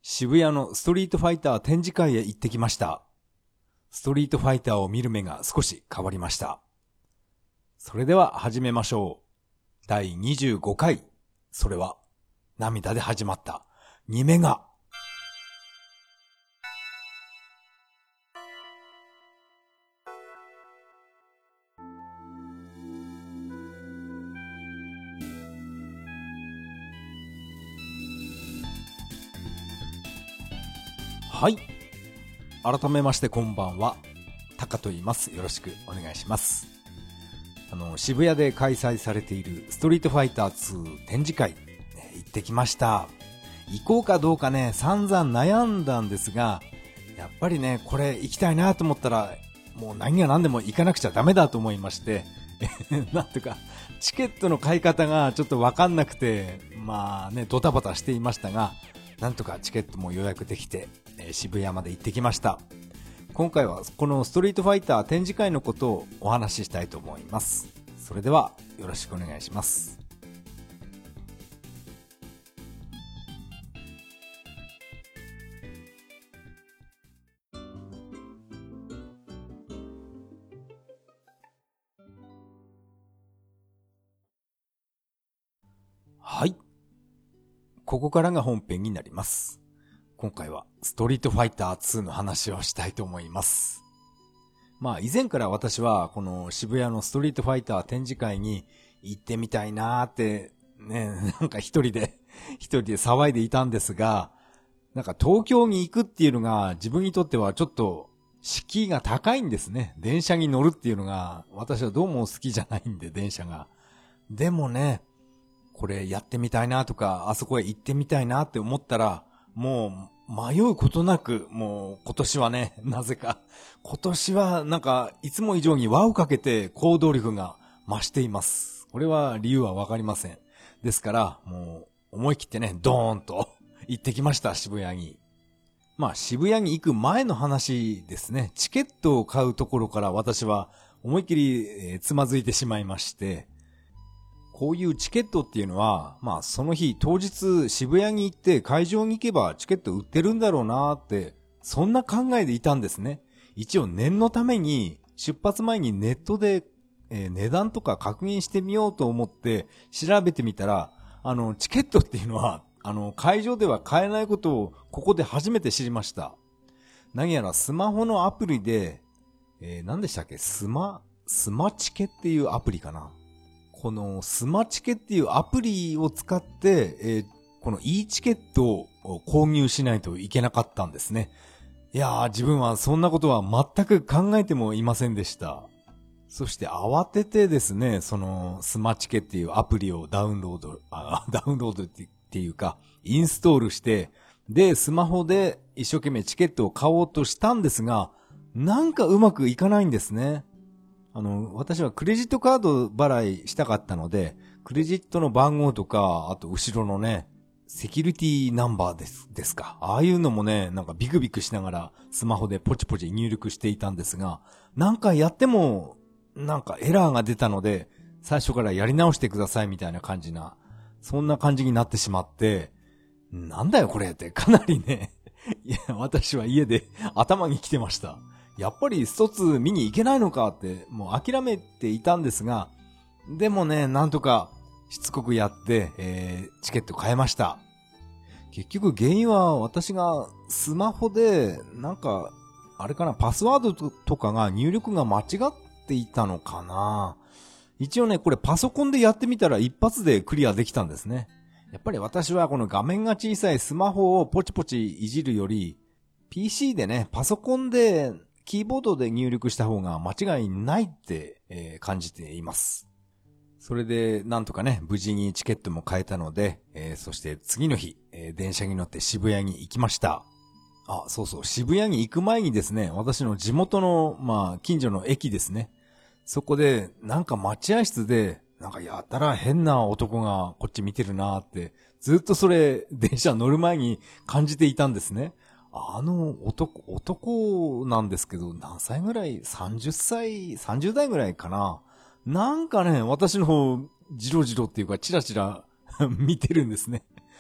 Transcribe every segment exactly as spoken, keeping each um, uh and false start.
渋谷のストリートファイター展示会へ行ってきました。ストリートファイターを見る目が少し変わりました。それでは始めましょう。だいにじゅうごかい、それは涙で始まったにメガ。はい。改めましてこんばんは。タカと言います。よろしくお願いします。あの、渋谷で開催されているストリートファイターツー展示会、ね、行ってきました。行こうかどうかね、散々悩んだんですが、やっぱりね、これ行きたいなと思ったら、もう何が何でも行かなくちゃダメだと思いまして、なんとか、チケットの買い方がちょっとわかんなくて、まあね、ドタバタしていましたが、なんとかチケットも予約できて、えー、渋谷まで行ってきました。今回はこのストリートファイター展示会のことをお話ししたいと思います。それではよろしくお願いします。はい。ここからが本編になります。今回はストリートファイターツーの話をしたいと思います。まあ以前から私はこの渋谷のストリートファイター展示会に行ってみたいなーってね、なんか一人で一人で騒いでいたんですが、なんか東京に行くっていうのが自分にとってはちょっと敷居が高いんですね。電車に乗るっていうのが私はどうも好きじゃないんで、電車が。でもね、これやってみたいなとか、あそこへ行ってみたいなって思ったら、もう迷うことなく、もう今年はね、なぜか、今年はなんかいつも以上に輪をかけて行動力が増しています。これは理由はわかりません。ですから、もう思い切ってね、ドーンと行ってきました、渋谷に。まあ渋谷に行く前の話ですね。チケットを買うところから私は思いっきり、えー、つまずいてしまいまして、こういうチケットっていうのは、まあその日当日渋谷に行って会場に行けばチケット売ってるんだろうなーって、そんな考えでいたんですね。一応念のために出発前にネットで、えー、値段とか確認してみようと思って調べてみたら、あのチケットっていうのはあの会場では買えないことをここで初めて知りました。何やらスマホのアプリで、えー、何でしたっけ、スマ、スマチケっていうアプリかな。このスマチケっていうアプリを使って、えー、この e チケットを購入しないといけなかったんですね。いやー、自分はそんなことは全く考えてもいませんでした。そして慌ててですね、そのスマチケっていうアプリをダウンロード、あ、ダウンロードっていうか、インストールして、で、スマホで一生懸命チケットを買おうとしたんですが、なんかうまくいかないんですね。あの、私はクレジットカード払いしたかったので、クレジットの番号とか、あと後ろのね、セキュリティナンバーです、ですか。ああいうのもね、なんかビクビクしながらスマホでポチポチ入力していたんですが、何回やっても、なんかエラーが出たので、最初からやり直してくださいみたいな感じな、そんな感じになってしまって、なんだよこれってかなりね、いや、私は家で頭に来てました。やっぱり一つ見に行けないのかってもう諦めていたんですが、でもね、なんとかしつこくやって、えー、チケット買えました。結局原因は私がスマホでなんかあれかな、パスワードとかが入力が間違っていたのかな。一応ね、これパソコンでやってみたら一発でクリアできたんですね。やっぱり私はこの画面が小さいスマホをポチポチいじるより ピーシー でね、パソコンでキーボードで入力した方が間違いないって、えー、感じています。それでなんとかね、無事にチケットも買えたので、えー、そして次の日、えー、電車に乗って渋谷に行きました。あ、そうそう、渋谷に行く前にですね、私の地元の、まあ、近所の駅ですね。そこで、なんか待合室で、なんかやたら変な男がこっち見てるなーって、ずっとそれ、電車乗る前に感じていたんですね。あの男、男なんですけど、何歳ぐらい ?さんじゅっさい、さんじゅう代ぐらいかな。なんかね、私の方、じろじろっていうか、チラチラ見てるんですね。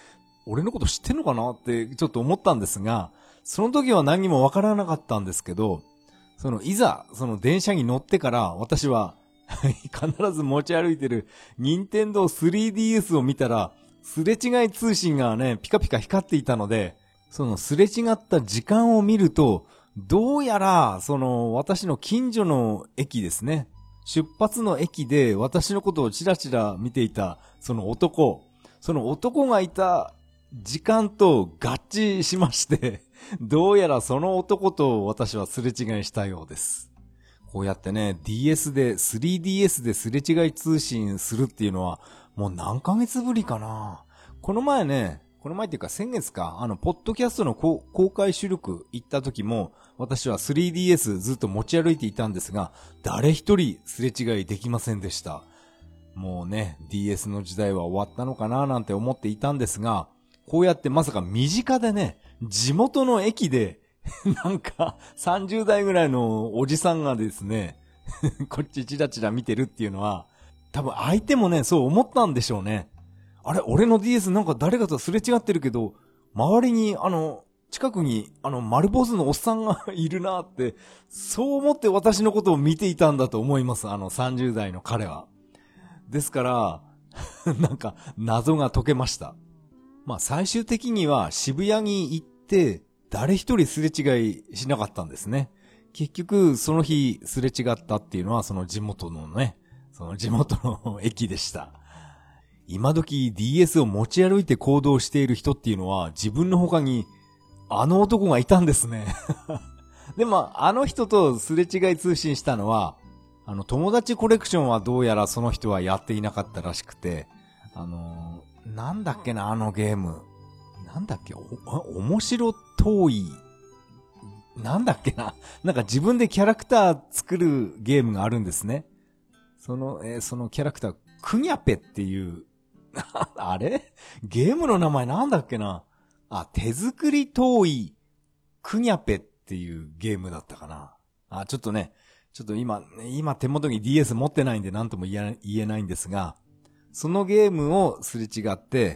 俺のこと知ってんのかなってちょっと思ったんですが、その時は何もわからなかったんですけど、そのいざ、その電車に乗ってから私は必ず持ち歩いてる任天堂 スリーディーエス を見たら、すれ違い通信がね、ピカピカ光っていたので、そのすれ違った時間を見ると、どうやら、その私の近所の駅ですね。出発の駅で私のことをチラチラ見ていた、その男、その男がいた時間と合致しまして、どうやらその男と私はすれ違いしたようです。こうやってね、ディーエス で、スリーディーエス ですれ違い通信するっていうのは、もう何ヶ月ぶりかな。この前ね、この前っていうか先月か、あの、ポッドキャストの公開収録行った時も、私は スリーディーエス ずっと持ち歩いていたんですが、誰一人すれ違いできませんでした。もうね、ディーエス の時代は終わったのかななんて思っていたんですが、こうやってまさか身近でね、地元の駅で、なんかさんじゅう代ぐらいのおじさんがですね、こっちチラチラ見てるっていうのは、多分相手もね、そう思ったんでしょうね。あれ、俺の ディーエス なんか誰かとすれ違ってるけど、周りにあの、近くにあの丸坊主のおっさんがいるなって、そう思って私のことを見ていたんだと思います。あのさんじゅう代の彼は。ですから、なんか謎が解けました。まあ最終的には渋谷に行って誰一人すれ違いしなかったんですね。結局その日すれ違ったっていうのはその地元のね、その地元の駅でした。今時 ディーエス を持ち歩いて行動している人っていうのは自分の他にあの男がいたんですね。でもあの人とすれ違い通信したのは、あの友達コレクションはどうやらその人はやっていなかったらしくて、あのー、なんだっけなあのゲーム。なんだっけお、面白遠い。なんだっけななんか自分でキャラクター作るゲームがあるんですね。その、えー、そのキャラクター、クニャペっていう、あれゲームの名前なんだっけなあ、手作り遠いクニャペっていうゲームだったかな。あ、ちょっとね、ちょっと今、今手元に ディーエス 持ってないんで何とも言え、言えないんですが、そのゲームをすれ違って、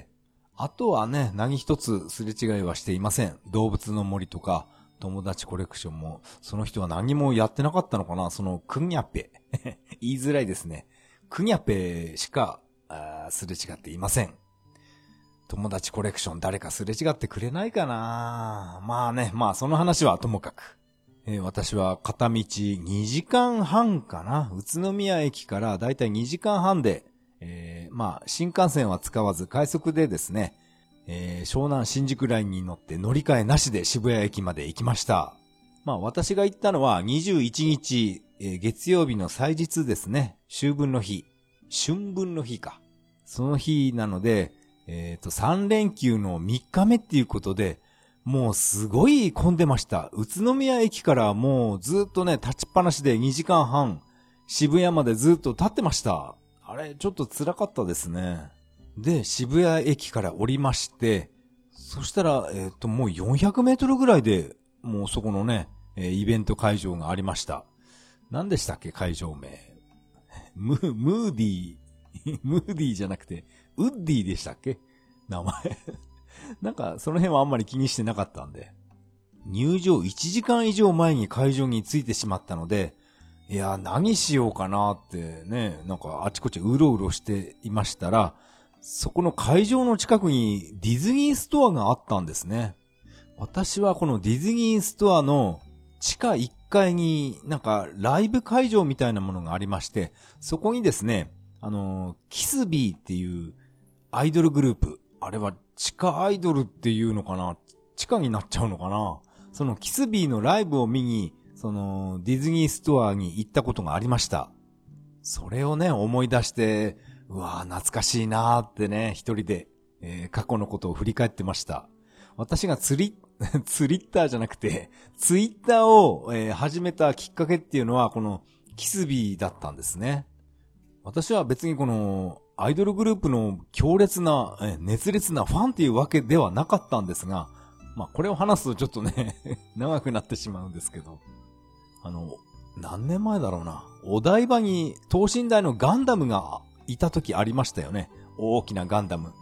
あとはね、何一つすれ違いはしていません。動物の森とか、友達コレクションも、その人は何もやってなかったのかなそのクニャペ。言いづらいですね。クニャペしか、すれ違っていません。友達コレクション誰かすれ違ってくれないかなまあね、まあその話はともかく。えー、私は片道にじかんはんかな宇都宮駅からだいたいにじかんはんで、えー、まあ新幹線は使わず快速でですね、えー、湘南新宿ラインに乗って乗り換えなしで渋谷駅まで行きました。まあ私が行ったのはにじゅういちにち、えー、月曜日の祭日ですね。秋分の日。春分の日か。その日なので、えっと、さん連休のみっかめっていうことで、もうすごい混んでました。宇都宮駅からもうずっとね、立ちっぱなしでにじかんはん、渋谷までずっと立ってました。あれ、ちょっと辛かったですね。で、渋谷駅から降りまして、そしたら、えっと、もうよんひゃくメートルぐらいで、もうそこのね、イベント会場がありました。何でしたっけ、会場名。ム、ムーディー、ムーディーじゃなくて、ウッディでしたっけ名前。なんか、その辺はあんまり気にしてなかったんで。入場いちじかん以上前に会場に着いてしまったので、いや、何しようかなってね、なんかあちこちうろうろしていましたら、そこの会場の近くにディズニーストアがあったんですね。私はこのディズニーストアの地下いっかいになんかライブ会場みたいなものがありまして、そこにですね、あの、キスビーっていうアイドルグループ、あれは地下アイドルっていうのかな、地下になっちゃうのかな、そのキスビーのライブを見に、そのディズニーストアに行ったことがありました。それをね、思い出して、うわー懐かしいなーってね、一人で、えー、過去のことを振り返ってました。私がツリ、ツリッターじゃなくて、ツイッターを、えー、始めたきっかけっていうのは、このキスビーだったんですね。私は別にこのアイドルグループの強烈な、えー、熱烈なファンっていうわけではなかったんですが、まあこれを話すとちょっとね、長くなってしまうんですけど、あの、何年前だろうな。お台場に等身大のガンダムがいた時ありましたよね。大きなガンダム。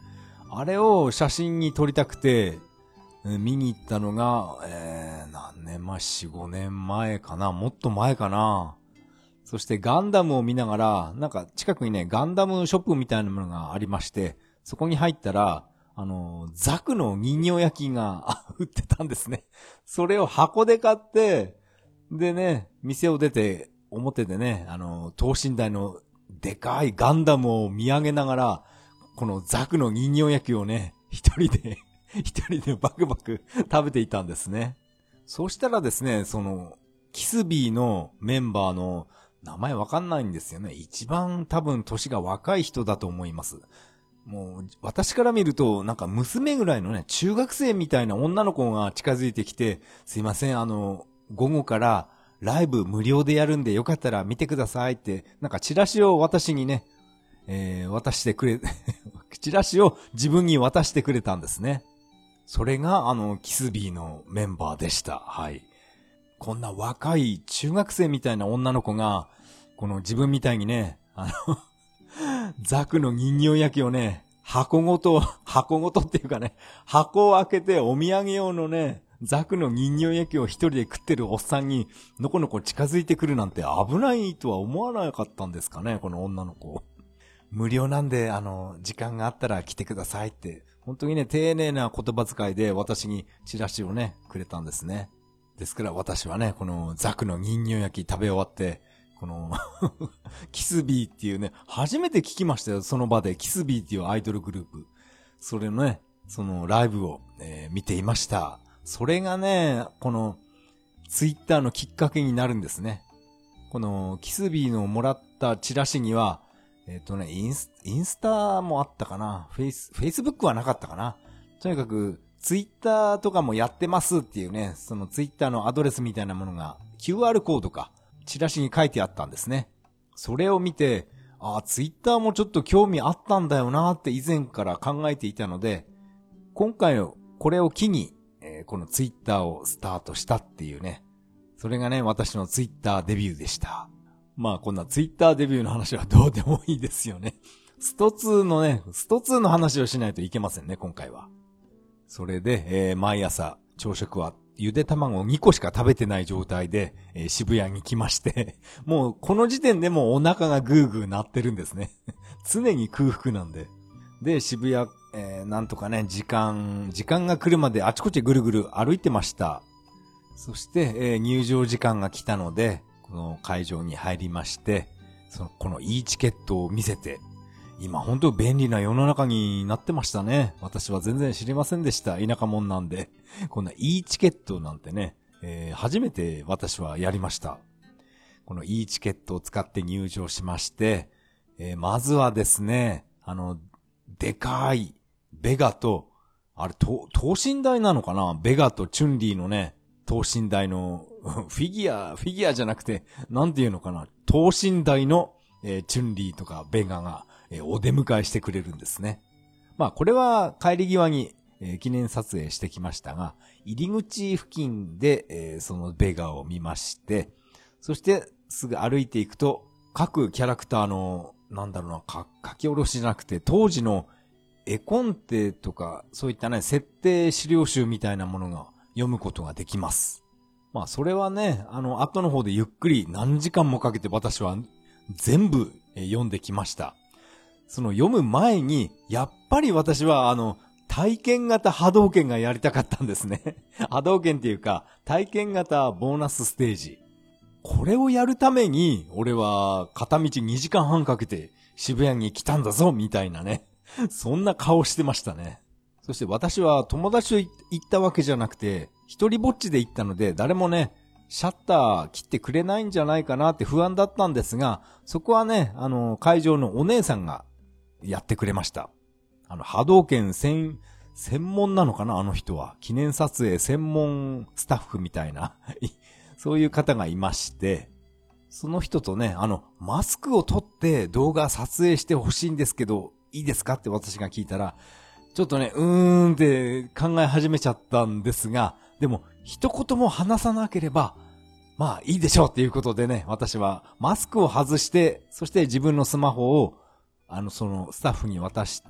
あれを写真に撮りたくて、見に行ったのが、えー、何年前 ?よん、ごねんまえかな、もっと前かな。そしてガンダムを見ながら、なんか近くにね、ガンダムショップみたいなものがありまして、そこに入ったら、あの、ザクの人形焼きが売ってたんですね。それを箱で買って、でね、店を出て、表でね、あの、等身大のでかいガンダムを見上げながら、このザクの人形焼きをね、一人で、一人でバクバク食べていたんですね。そうしたらですね、その、キスビーのメンバーの名前わかんないんですよね。一番多分年が若い人だと思います。もう、私から見ると、なんか娘ぐらいのね、中学生みたいな女の子が近づいてきて、すいません、あの、午後からライブ無料でやるんでよかったら見てくださいって、なんかチラシを私にね、えー、渡してくれ、チラシを自分に渡してくれたんですね。それが、あの、キスビーのメンバーでした。はい。こんな若い中学生みたいな女の子が、この自分みたいにね、あの、ザクの人形焼きをね、箱ごと、箱ごとっていうかね、箱を開けてお土産用のね、ザクの人形焼きを一人で食ってるおっさんに、のこのこ近づいてくるなんて危ないとは思わなかったんですかね、この女の子。無料なんで、あの、時間があったら来てくださいって、本当にね、丁寧な言葉遣いで私にチラシをね、くれたんですね。ですから私はね、このザクの人形焼き食べ終わって、このキスビーっていうね、初めて聞きましたよ、その場で。キスビーっていうアイドルグループ。それのね、そのライブを、えー、見ていました。それがね、このツイッターのきっかけになるんですね。このキスビーのもらったチラシには、えっとね、インス、インスタもあったかな、フェイス、フェイスブックはなかったかな。とにかく、ツイッターとかもやってますっていうね、そのツイッターのアドレスみたいなものが キューアール コードか、チラシに書いてあったんですね。それを見て、ああ、ツイッターもちょっと興味あったんだよなって以前から考えていたので、今回のこれを機に、えー、このツイッターをスタートしたっていうね。それがね、私のツイッターデビューでした。まあこんなツイッターデビューの話はどうでもいいですよね。ストツーのね、ストツーの話をしないといけませんね、今回は。それで、えー、毎朝朝食はゆで卵にこしか食べてない状態で、えー、渋谷に来ましてもうこの時点でもうお腹がグーグー鳴ってるんですね常に空腹なんで。で、渋谷、えー、なんとかね、時間、時間が来るまであちこちぐるぐる歩いてました。そして、えー、入場時間が来たので、この会場に入りまして、その、この e チケットを見せて、今本当便利な世の中になってましたね。私は全然知りませんでした。田舎者なんで。こんな e チケットなんてね、えー、初めて私はやりました。この e チケットを使って入場しまして、えー、まずはですね、あの、でかいベガと、あれ、等身大なのかな？ベガとチュンリーのね、等身大の、フィギュア、フィギュアじゃなくて、なんていうのかな？等身大の、えー、チュンリーとかベガが、えー、お出迎えしてくれるんですね。まあ、これは帰り際に、えー、記念撮影してきましたが、入り口付近で、えー、そのベガを見まして、そしてすぐ歩いていくと、各キャラクターの、なんだろうな、か書き下ろしじゃなくて、当時の絵コンテとか、そういったね、設定資料集みたいなものが読むことができます。まあ、それはね、あの、後の方でゆっくり何時間もかけて私は全部読んできました。その読む前に、やっぱり私はあの、体験型波動拳がやりたかったんですね。波動拳っていうか、体験型ボーナスステージ。これをやるために、俺は片道にじかんはんかけて渋谷に来たんだぞ、みたいなね。そんな顔してましたね。そして私は友達と行ったわけじゃなくて、一人ぼっちで行ったので、誰もね、シャッター切ってくれないんじゃないかなって不安だったんですが、そこはね、あの、会場のお姉さんがやってくれました。あの、波動拳専、専門なのかな、あの人は。記念撮影専門スタッフみたいな。そういう方がいまして、その人とね、あの、マスクを取って動画撮影してほしいんですけど、いいですかって私が聞いたら、ちょっとね、うーんって考え始めちゃったんですが、でも、一言も話さなければ、まあいいでしょうっていうことでね、私はマスクを外して、そして自分のスマホを、あの、そのスタッフに渡して、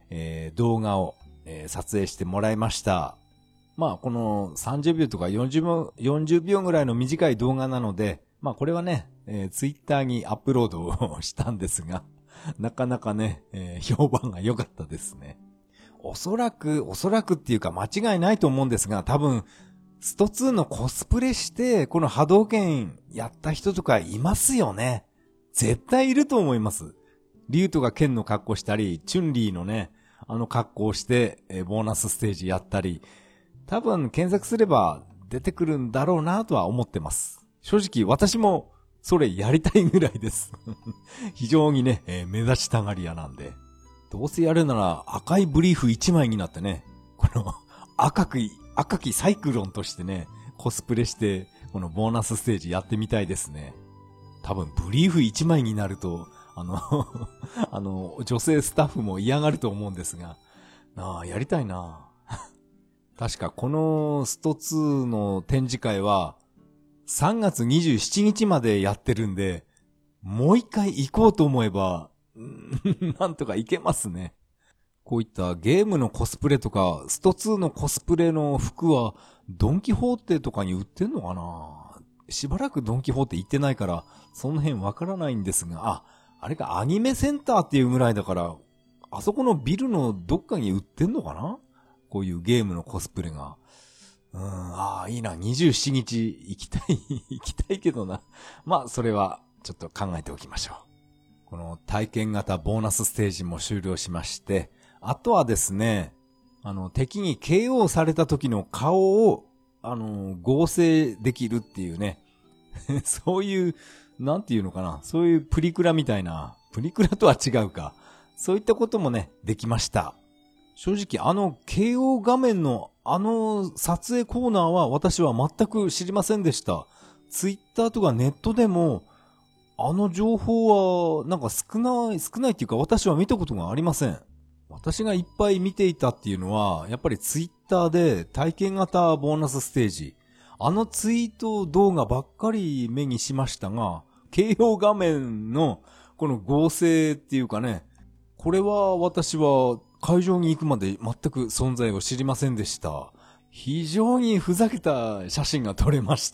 えー、動画を、えー、撮影してもらいました。まあこのさんじゅうびょうとかよんじゅうびょう、よんじゅうびょうぐらいの短い動画なので、まあこれはね、えー、ツイッターにアップロードをしたんですが、なかなかね、えー、評判が良かったですね。おそらく、おそらくっていうか間違いないと思うんですが、多分、ストツーのコスプレして、この波動拳やった人とかいますよね。絶対いると思います。リュウとか剣の格好したり、チュンリーのね、あの格好して、えー、ボーナスステージやったり、多分検索すれば出てくるんだろうなとは思ってます。正直私もそれやりたいぐらいです。非常にね、えー、目立ちたがり屋なんで。どうせやるなら赤いブリーフ一枚になってね、この赤き、赤きサイクロンとしてね、コスプレして、このボーナスステージやってみたいですね。多分ブリーフ一枚になると、あの、あの、女性スタッフも嫌がると思うんですが、なあ、やりたいな。確かこのストツーの展示会はさんがつにじゅうしちにちまでやってるんで、もう一回行こうと思えば、なんとか行けますね。こういったゲームのコスプレとか、ストツーのコスプレの服は、ドンキホーテとかに売ってんのかな？しばらくドンキホーテ行ってないから、その辺わからないんですが、あ、あれかアニメセンターっていうぐらいだから、あそこのビルのどっかに売ってんのかな？こういうゲームのコスプレが。うーん、ああ、いいな。にじゅうしちにち行きたい、行きたいけどな。まあ、それはちょっと考えておきましょう。この体験型ボーナスステージも終了しまして、あとはですね、あの、敵に ケーオー された時の顔を、あの、合成できるっていうね。そういう、なんていうのかな。そういうプリクラみたいな。プリクラとは違うか。そういったこともね、できました。正直あの ケーオー 画面のあの撮影コーナーは私は全く知りませんでした。ツイッターとかネットでもあの情報はなんか少ない少ないっていうか私は見たことがありません。私がいっぱい見ていたっていうのはやっぱりツイッターで体験型ボーナスステージ、あのツイート動画ばっかり目にしましたが、 ケーオー 画面のこの合成っていうかね、これは私は会場に行くまで全く存在を知りませんでした。非常にふざけた写真が撮れました。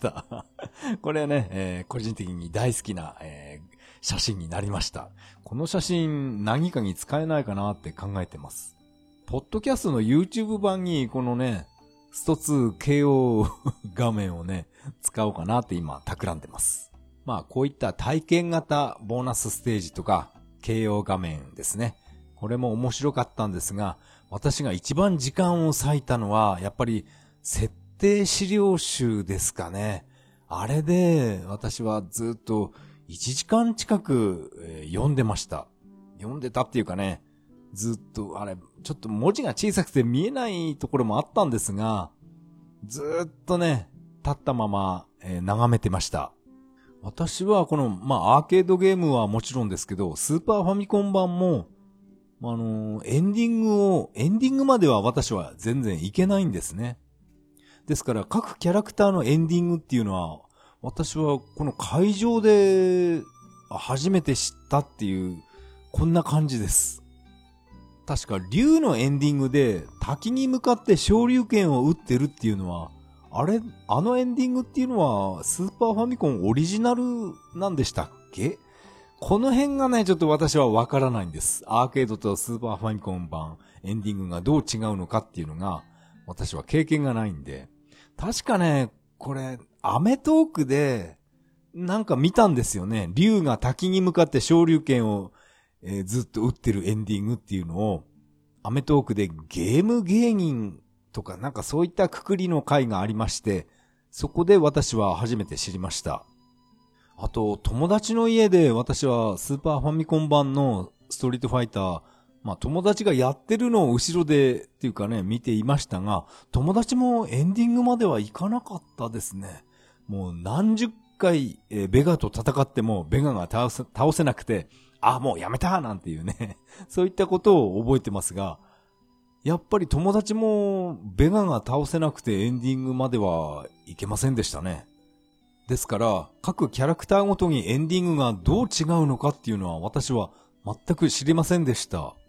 これはね、えー、個人的に大好きな、えー、写真になりました。この写真何かに使えないかなって考えてます。ポッドキャストの YouTube 版にこのね、ストツー ケーオー 画面をね、使おうかなって今企んでます。まあこういった体験型ボーナスステージとか ケーオー 画面ですね。これも面白かったんですが、私が一番時間を割いたのは、やっぱり設定資料集ですかね。あれで、私はずっといちじかん近く、えー、読んでました。読んでたっていうかね、ずっと、あれ、ちょっと文字が小さくて見えないところもあったんですが、ずっとね、立ったまま、えー、眺めてました。私はこの、まあ、アーケードゲームはもちろんですけど、スーパーファミコン版も、あのー、エンディングを、エンディングまでは私は全然いけないんですね。ですから各キャラクターのエンディングっていうのは、私はこの会場で初めて知ったっていう、こんな感じです。確か竜のエンディングで滝に向かって昇竜拳を打ってるっていうのは、あれ、あのエンディングっていうのはスーパーファミコンオリジナルなんでしたっけ？この辺がね、ちょっと私はわからないんです。アーケードとスーパーファミコン版、エンディングがどう違うのかっていうのが、私は経験がないんで。確かね、これ、アメトークで、なんか見たんですよね。竜が滝に向かって昇竜拳を、えー、ずっと打ってるエンディングっていうのを、アメトークでゲーム芸人とかなんかそういったくくりの回がありまして、そこで私は初めて知りました。あと、友達の家で私はスーパーファミコン版のストリートファイター、まあ友達がやってるのを後ろでっていうかね、見ていましたが、友達もエンディングまではいかなかったですね。もう何十回、えー、ベガと戦ってもベガが倒せ、倒せなくて、あ、もうやめたなんていうね、そういったことを覚えてますが、やっぱり友達もベガが倒せなくてエンディングまではいけませんでしたね。ですから各キャラクターごとにエンディングがどう違うのかっていうのは私は全く知りませんでした。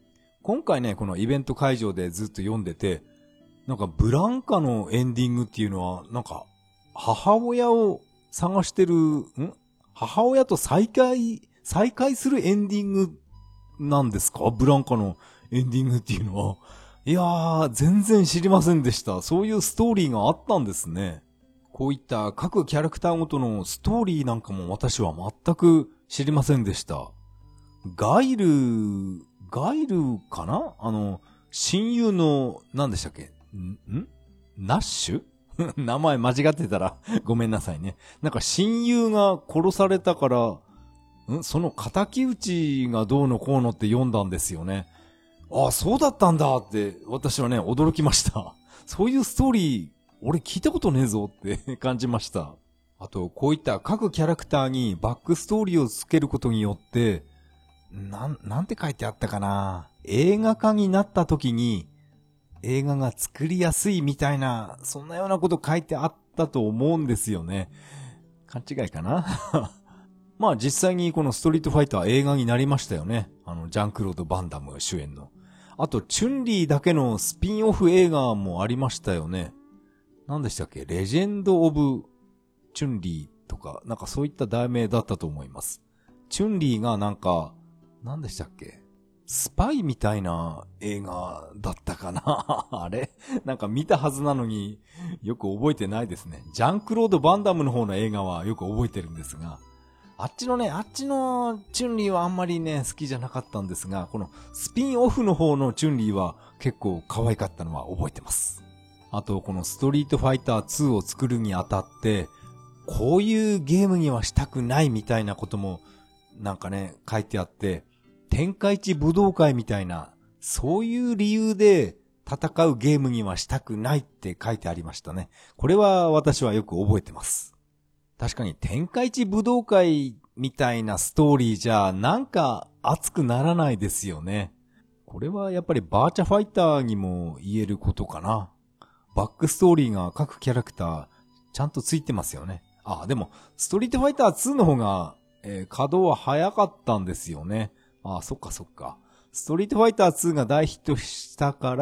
今回ね、このイベント会場でずっと読んでて、なんかブランカのエンディングっていうのは、なんか母親を探してる、ん母親と再会、再会するエンディングなんですか？ブランカのエンディングっていうのは。いやー、全然知りませんでした。そういうストーリーがあったんですね。こういった各キャラクターごとのストーリーなんかも私は全く知りませんでした。ガイル、ガイルかな？あの、親友の、何でしたっけ？んんナッシュ名前間違ってたらごめんなさいね。なんか親友が殺されたから、んその仇討ちがどうのこうのって読んだんですよね。ああ、そうだったんだって私はね、驚きました。そういうストーリー、俺聞いたことねえぞって感じました。あと、こういった各キャラクターにバックストーリーをつけることによって、なん、なんて書いてあったかな。映画化になった時に、映画が作りやすいみたいな、そんなようなこと書いてあったと思うんですよね。勘違いかなまあ実際にこのストリートファイター映画になりましたよね。あの、ジャンクロード・バンダム主演の。あと、チュンリーだけのスピンオフ映画もありましたよね。何でしたっけ？レジェンド・オブ・チュンリーとか、なんかそういった題名だったと思います。チュンリーがなんか、何でしたっけ？スパイみたいな映画だったかなあれなんか見たはずなのによく覚えてないですね。ジャンクロード・バンダムの方の映画はよく覚えてるんですが、あっちのね、あっちのチュンリーはあんまりね、好きじゃなかったんですが、このスピンオフの方のチュンリーは結構可愛かったのは覚えてます。あと、このストリートファイターツーを作るにあたって、こういうゲームにはしたくないみたいなこともなんかね、書いてあって、天下一武道会みたいな、そういう理由で戦うゲームにはしたくないって書いてありましたね。これは私はよく覚えてます。確かに天下一武道会みたいなストーリーじゃなんか熱くならないですよね。これはやっぱりバーチャファイターにも言えることかな。バックストーリーが各キャラクターちゃんとついてますよね。あ、でもストリートファイターツーの方が、えー、稼働は早かったんですよね。ああ、そっかそっか。ストリートファイターツーが大ヒットしたから、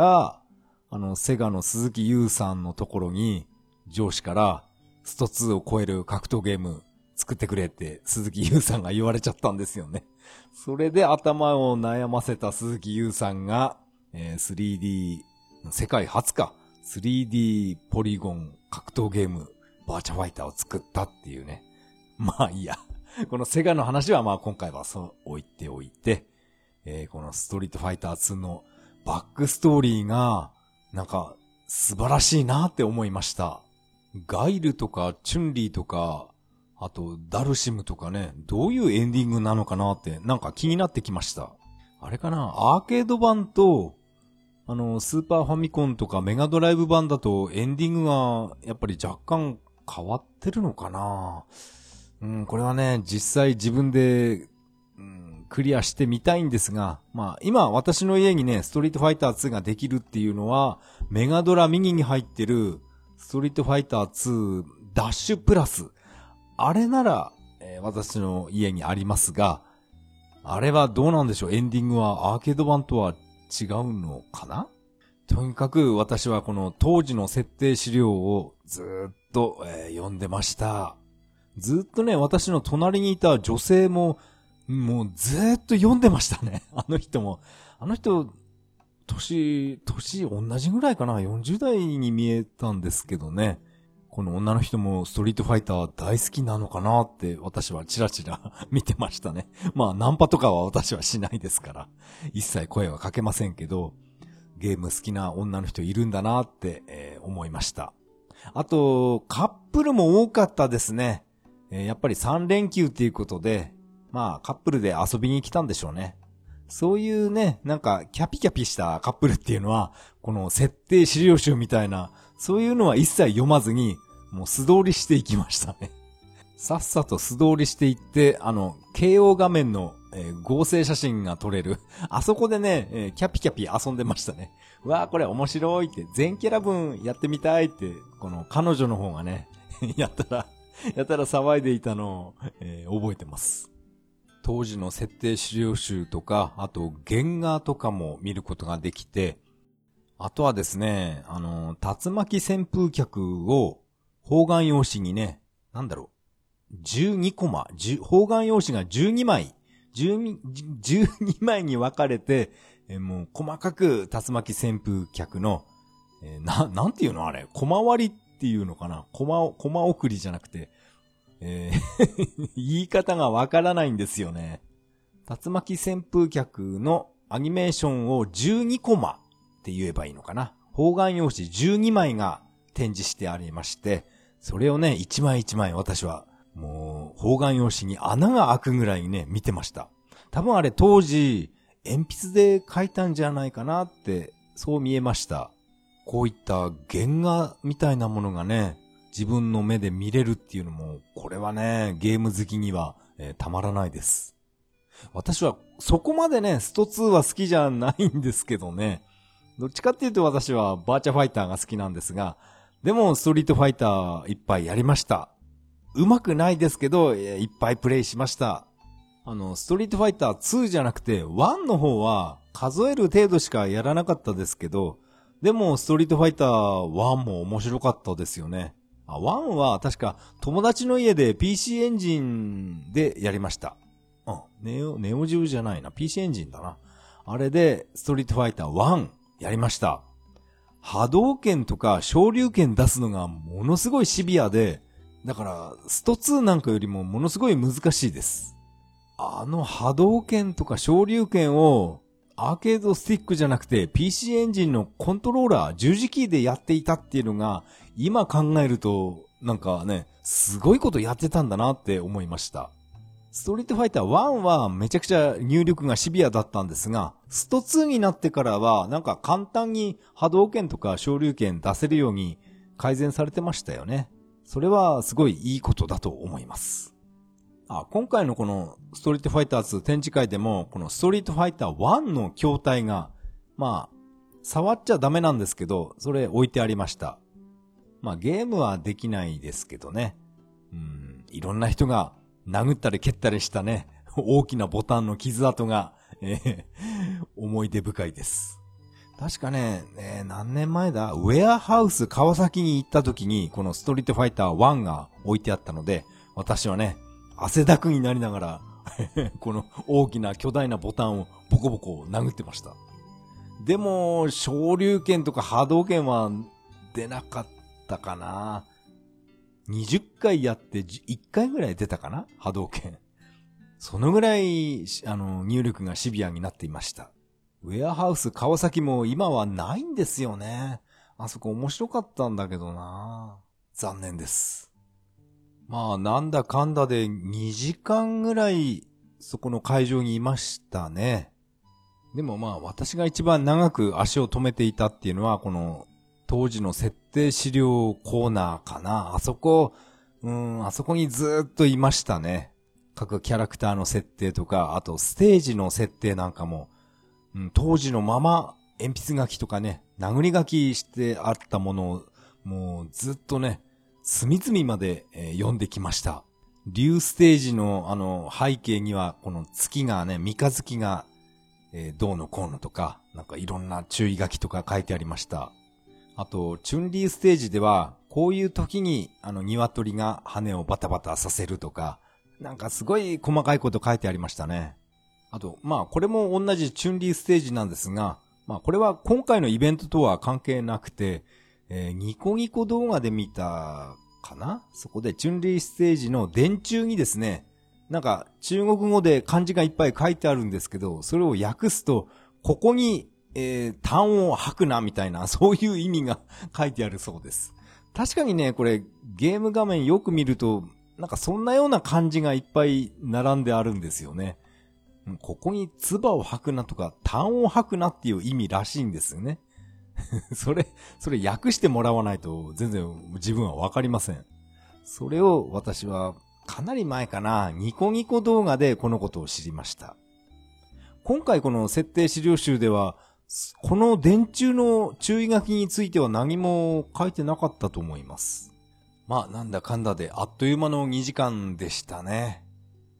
あの、セガの鈴木優さんのところに、上司から、ストツーを超える格闘ゲーム作ってくれって鈴木優さんが言われちゃったんですよね。それで頭を悩ませた鈴木優さんが、えー、スリーディー、世界初か、スリーディー ポリゴン格闘ゲーム、バーチャファイターを作ったっていうね。まあいいや。このセガの話はまあ今回はそう置いておいて、えー、このストリートファイターツーのバックストーリーがなんか素晴らしいなって思いました。ガイルとかチュンリーとか、あとダルシムとかね、どういうエンディングなのかなってなんか気になってきました。あれかな、アーケード版とあのスーパーファミコンとかメガドライブ版だとエンディングがやっぱり若干変わってるのかな。うん、これはね、実際自分で、うん、クリアしてみたいんですが、まあ今私の家にね、ストリートファイターツーができるっていうのは、メガドラミニに入ってるストリートファイターツーダッシュプラス。あれなら、えー、私の家にありますが、あれはどうなんでしょう？エンディングはアーケード版とは違うのかな？とにかく私はこの当時の設定資料をずーっと、えー、読んでました。ずっとね、私の隣にいた女性も、もうずーっと読んでましたね。あの人も。あの人、年、年同じぐらいかな？ よんじゅう 代に見えたんですけどね。この女の人もストリートファイター大好きなのかなって私はチラチラ見てましたね。まあナンパとかは私はしないですから。一切声はかけませんけど、ゲーム好きな女の人いるんだなって、えー、思いました。あと、カップルも多かったですね。えー、やっぱりさん連休っていうことで、まあカップルで遊びに来たんでしょうね。そういうね、なんかキャピキャピしたカップルっていうのは、この設定資料集みたいな、そういうのは一切読まずに、もう素通りしていきましたね。さっさと素通りしていって、あの、ケーオー 画面の、えー、合成写真が撮れる。あそこでね、えー、キャピキャピ遊んでましたね。うわーこれ面白いって、全キャラ分やってみたいって、この彼女の方がね、やったら、やったら騒いでいたのを、えー、覚えてます。 当時の設定資料集とか、あと原画とかも見ることができて、あとはですね、あの、竜巻旋風脚を方眼用紙にね、なんだろう、じゅうにコマ、方眼用紙がじゅうにまい、じゅうに、じゅうにまいに分かれて、えもう細かく竜巻旋風脚の、えー、な、なんていうのあれ、コマ割りっていうのかな、コマ、コマ送りじゃなくて、えー、言い方がわからないんですよね。竜巻旋風脚のアニメーションをじゅうにコマって言えばいいのかな。方眼用紙じゅうにまいが展示してありまして、それをね、一枚一枚私はもう方眼用紙に穴が開くぐらいね、見てました。多分あれ当時鉛筆で描いたんじゃないかなって、そう見えました。こういった原画みたいなものがね、自分の目で見れるっていうのも、これはね、ゲーム好きには、えー、たまらないです。私はそこまでね、ストツーは好きじゃないんですけどね。どっちかっていうと私はバーチャファイターが好きなんですが、でもストリートファイターいっぱいやりました。うまくないですけど、いっぱいプレイしました。あの、ストリートファイターツーじゃなくて、ワンの方は数える程度しかやらなかったですけど、でもストリートファイターワンも面白かったですよね。ワンは確か友達の家で ピーシー エンジンでやりました。うん、ネオ、ネオジオじゃないな。ピーシー エンジンだな。あれでストリートファイターワンやりました。波動拳とか昇竜拳出すのがものすごいシビアで、だからストツーなんかよりもものすごい難しいです。あの波動拳とか昇竜拳をアーケードスティックじゃなくて ピーシー エンジンのコントローラー十字キーでやっていたっていうのが今考えるとなんかね、すごいことやってたんだなって思いました。ストリートファイターワンはめちゃくちゃ入力がシビアだったんですが、ストツーになってからはなんか簡単に波動拳とか昇竜拳出せるように改善されてましたよね。それはすごいいいことだと思います。あ、今回のこのストリートファイターツー展示会でもこのストリートファイターワンの筐体がまあ触っちゃダメなんですけど、それ置いてありました。まあゲームはできないですけどね。うん、いろんな人が殴ったり蹴ったりしたね、大きなボタンの傷跡が、えー、思い出深いです。確かね、えー、何年前だウェアハウス川崎に行った時にこのストリートファイターワンが置いてあったので、私はね、汗だくになりながらこの大きな巨大なボタンをボコボコ殴ってました。でも昇竜拳とか波動拳は出なかったかな。にじゅっかいやっていっかいぐらい出たかな、波動拳。そのぐらいあの入力がシビアになっていました。ウェアハウス川崎も今はないんですよね。あそこ面白かったんだけどな。残念です。まあなんだかんだでにじかんぐらいそこの会場にいましたね。でもまあ私が一番長く足を止めていたっていうのはこの当時の設定資料コーナーかな。あそこ、うーん、あそこにずーっといましたね。各キャラクターの設定とか、あとステージの設定なんかも、うん、当時のまま鉛筆書きとかね、殴り書きしてあったものをもうずっとね、隅々まで、えー、読んできました。竜ステージのあの背景にはこの月がね、三日月が、えー、どうのこうのとか、なんかいろんな注意書きとか書いてありました。あと、チュンリーステージでは、こういう時にあの鶏が羽をバタバタさせるとか、なんかすごい細かいこと書いてありましたね。あと、まあこれも同じチュンリーステージなんですが、まあこれは今回のイベントとは関係なくて、えー、ニコニコ動画で見たかな？そこでチュンリーステージの電柱にですね、なんか中国語で漢字がいっぱい書いてあるんですけど、それを訳すと、ここに、えー、痰を吐くなみたいな、そういう意味が書いてあるそうです。確かにね、これゲーム画面よく見ると、なんかそんなような漢字がいっぱい並んであるんですよね。ここに唾を吐くなとか、痰を吐くなっていう意味らしいんですよね。それ、それ訳してもらわないと全然自分はわかりません。それを私はかなり前かな、ニコニコ動画でこのことを知りました。今回この設定資料集では、この電柱の注意書きについては何も書いてなかったと思います。まあなんだかんだであっという間のにじかんでしたね。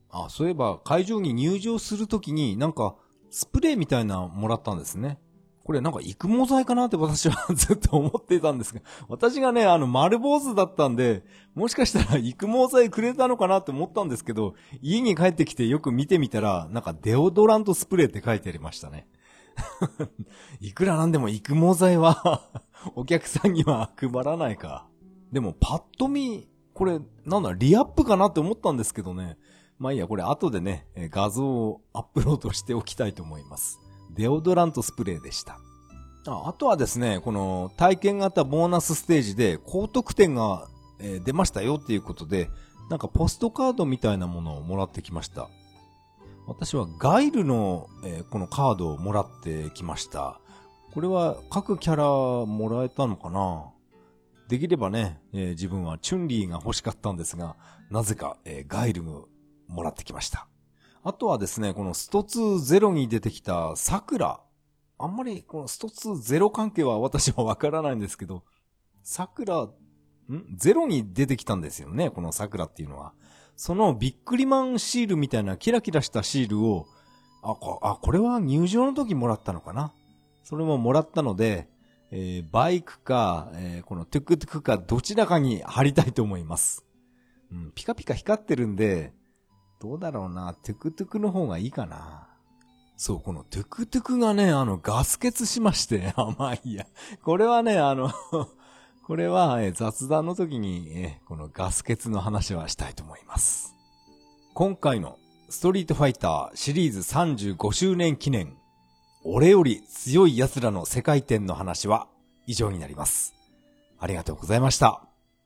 あ、そういえば会場に入場するときになんかスプレーみたいなのもらったんですね。これなんか育毛剤かなって私はずっと思っていたんですが、私がね、あの丸坊主だったんで、もしかしたら育毛剤くれたのかなって思ったんですけど、家に帰ってきてよく見てみたら、なんかデオドラントスプレーって書いてありましたね。いくらなんでも育毛剤はお客さんには配らないか。でもパッと見、これなんだ、リアップかなって思ったんですけどね。まあいいや、これ後でね、画像をアップロードしておきたいと思います。デオドラントスプレーでした。あ, あとはですね、この体験型ボーナスステージで高得点が、えー、出ましたよっていうことで、なんかポストカードみたいなものをもらってきました。私はガイルの、えー、このカードをもらってきました。これは各キャラもらえたのかな？できればね、えー、自分はチュンリーが欲しかったんですが、なぜか、えー、ガイルをもらってきました。あとはですね、このストツーゼロに出てきたサクラ。あんまりこのストツーゼロ関係は私はわからないんですけど、サクラ、んゼロに出てきたんですよね、このサクラっていうのは。そのビックリマンシールみたいなキラキラしたシールを、あ、こ、あ、これは入場の時もらったのかな。それももらったので、えー、バイクか、えー、このトゥクトゥクかどちらかに貼りたいと思います。うん、ピカピカ光ってるんで、どうだろうな、トゥクトゥクの方がいいかな。そう、このトゥクトゥクがね、あの、ガス欠しまして、あ、まあいいや。これはね、あの、これは、え雑談の時に、えこのガス欠の話はしたいと思います。今回のストリートファイターシリーズさんじゅうごしゅうねん記念、俺より強い奴らの世界展の話は以上になります。ありがとうございました。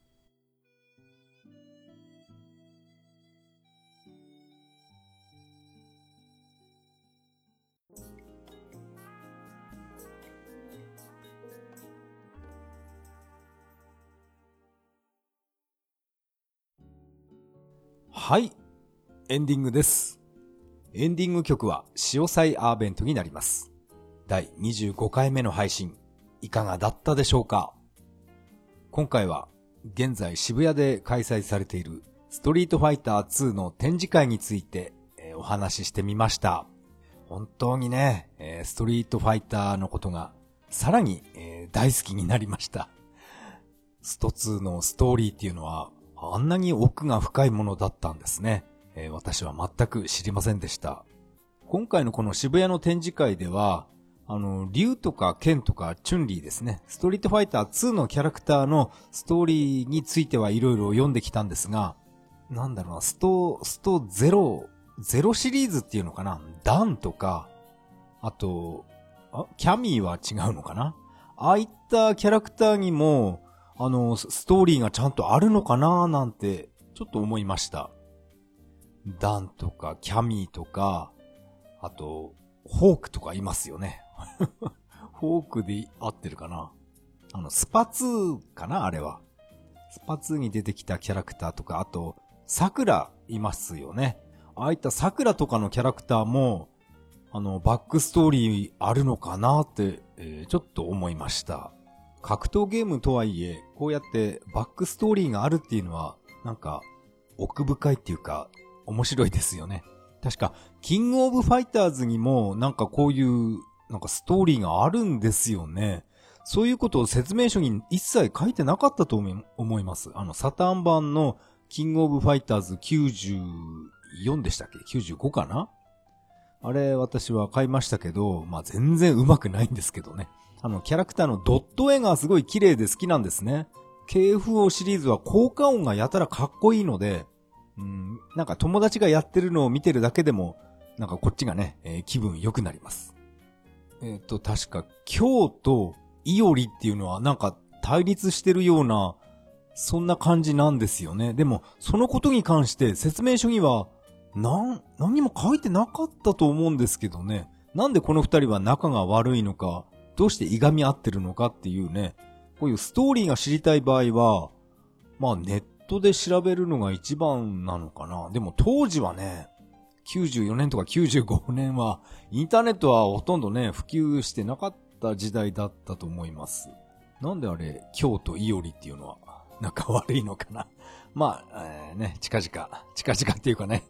はい、エンディングです。エンディング曲は潮祭アーベントになります。だいにじゅうごかいめの配信、いかがだったでしょうか？今回は現在渋谷で開催されているストリートファイターツーの展示会について、えー、お話ししてみました。本当にね、えー、ストリートファイターのことがさらに、えー、大好きになりました。ストツーのストーリーっていうのはあんなに奥が深いものだったんですね。えー、私は全く知りませんでした。今回のこの渋谷の展示会では、あの、リュウとかケンとかチュンリーですね。ストリートファイターツーのキャラクターのストーリーについてはいろいろ読んできたんですが、なんだろうな、スト、ストゼロ、ゼロシリーズっていうのかな？ダンとか、あと、あ、キャミーは違うのかな？ああいったキャラクターにも、あの、ストーリーがちゃんとあるのかななんて、ちょっと思いました。ダンとか、キャミーとか、あと、ホークとかいますよね。ホークで合ってるかな？あの、スパツーかなあれは。スパツーに出てきたキャラクターとか、あと、桜いますよね。ああいった桜とかのキャラクターも、あの、バックストーリーあるのかなって、えー、ちょっと思いました。格闘ゲームとはいえ、こうやってバックストーリーがあるっていうのは、なんか、奥深いっていうか、面白いですよね。確か、キングオブファイターズにも、なんかこういう、なんかストーリーがあるんですよね。そういうことを説明書に一切書いてなかったと思います。あの、サターン版のキングオブファイターズきゅうじゅうよんでしたっけ ?きゅうじゅうご かなあれ、私は買いましたけど、まあ、全然上手くないんですけどね。あの、キャラクターのドット絵がすごい綺麗で好きなんですね。ケーエフオー シリーズは効果音がやたらかっこいいので、うん、なんか友達がやってるのを見てるだけでも、なんかこっちがね、えー、気分良くなります。えっと、確か、京とイオリっていうのはなんか対立してるような、そんな感じなんですよね。でも、そのことに関して説明書には、なん、何も書いてなかったと思うんですけどね。なんでこの二人は仲が悪いのか、どうしていがみ合ってるのかっていうね、こういうストーリーが知りたい場合は、まあネットで調べるのが一番なのかな。でも当時はね、きゅうじゅうよねんとかきゅうじゅうごねんは、インターネットはほとんどね、普及してなかった時代だったと思います。なんであれ、京都イオリっていうのは、仲悪いのかな。まあ、えー、ね、近々、近々っていうかね、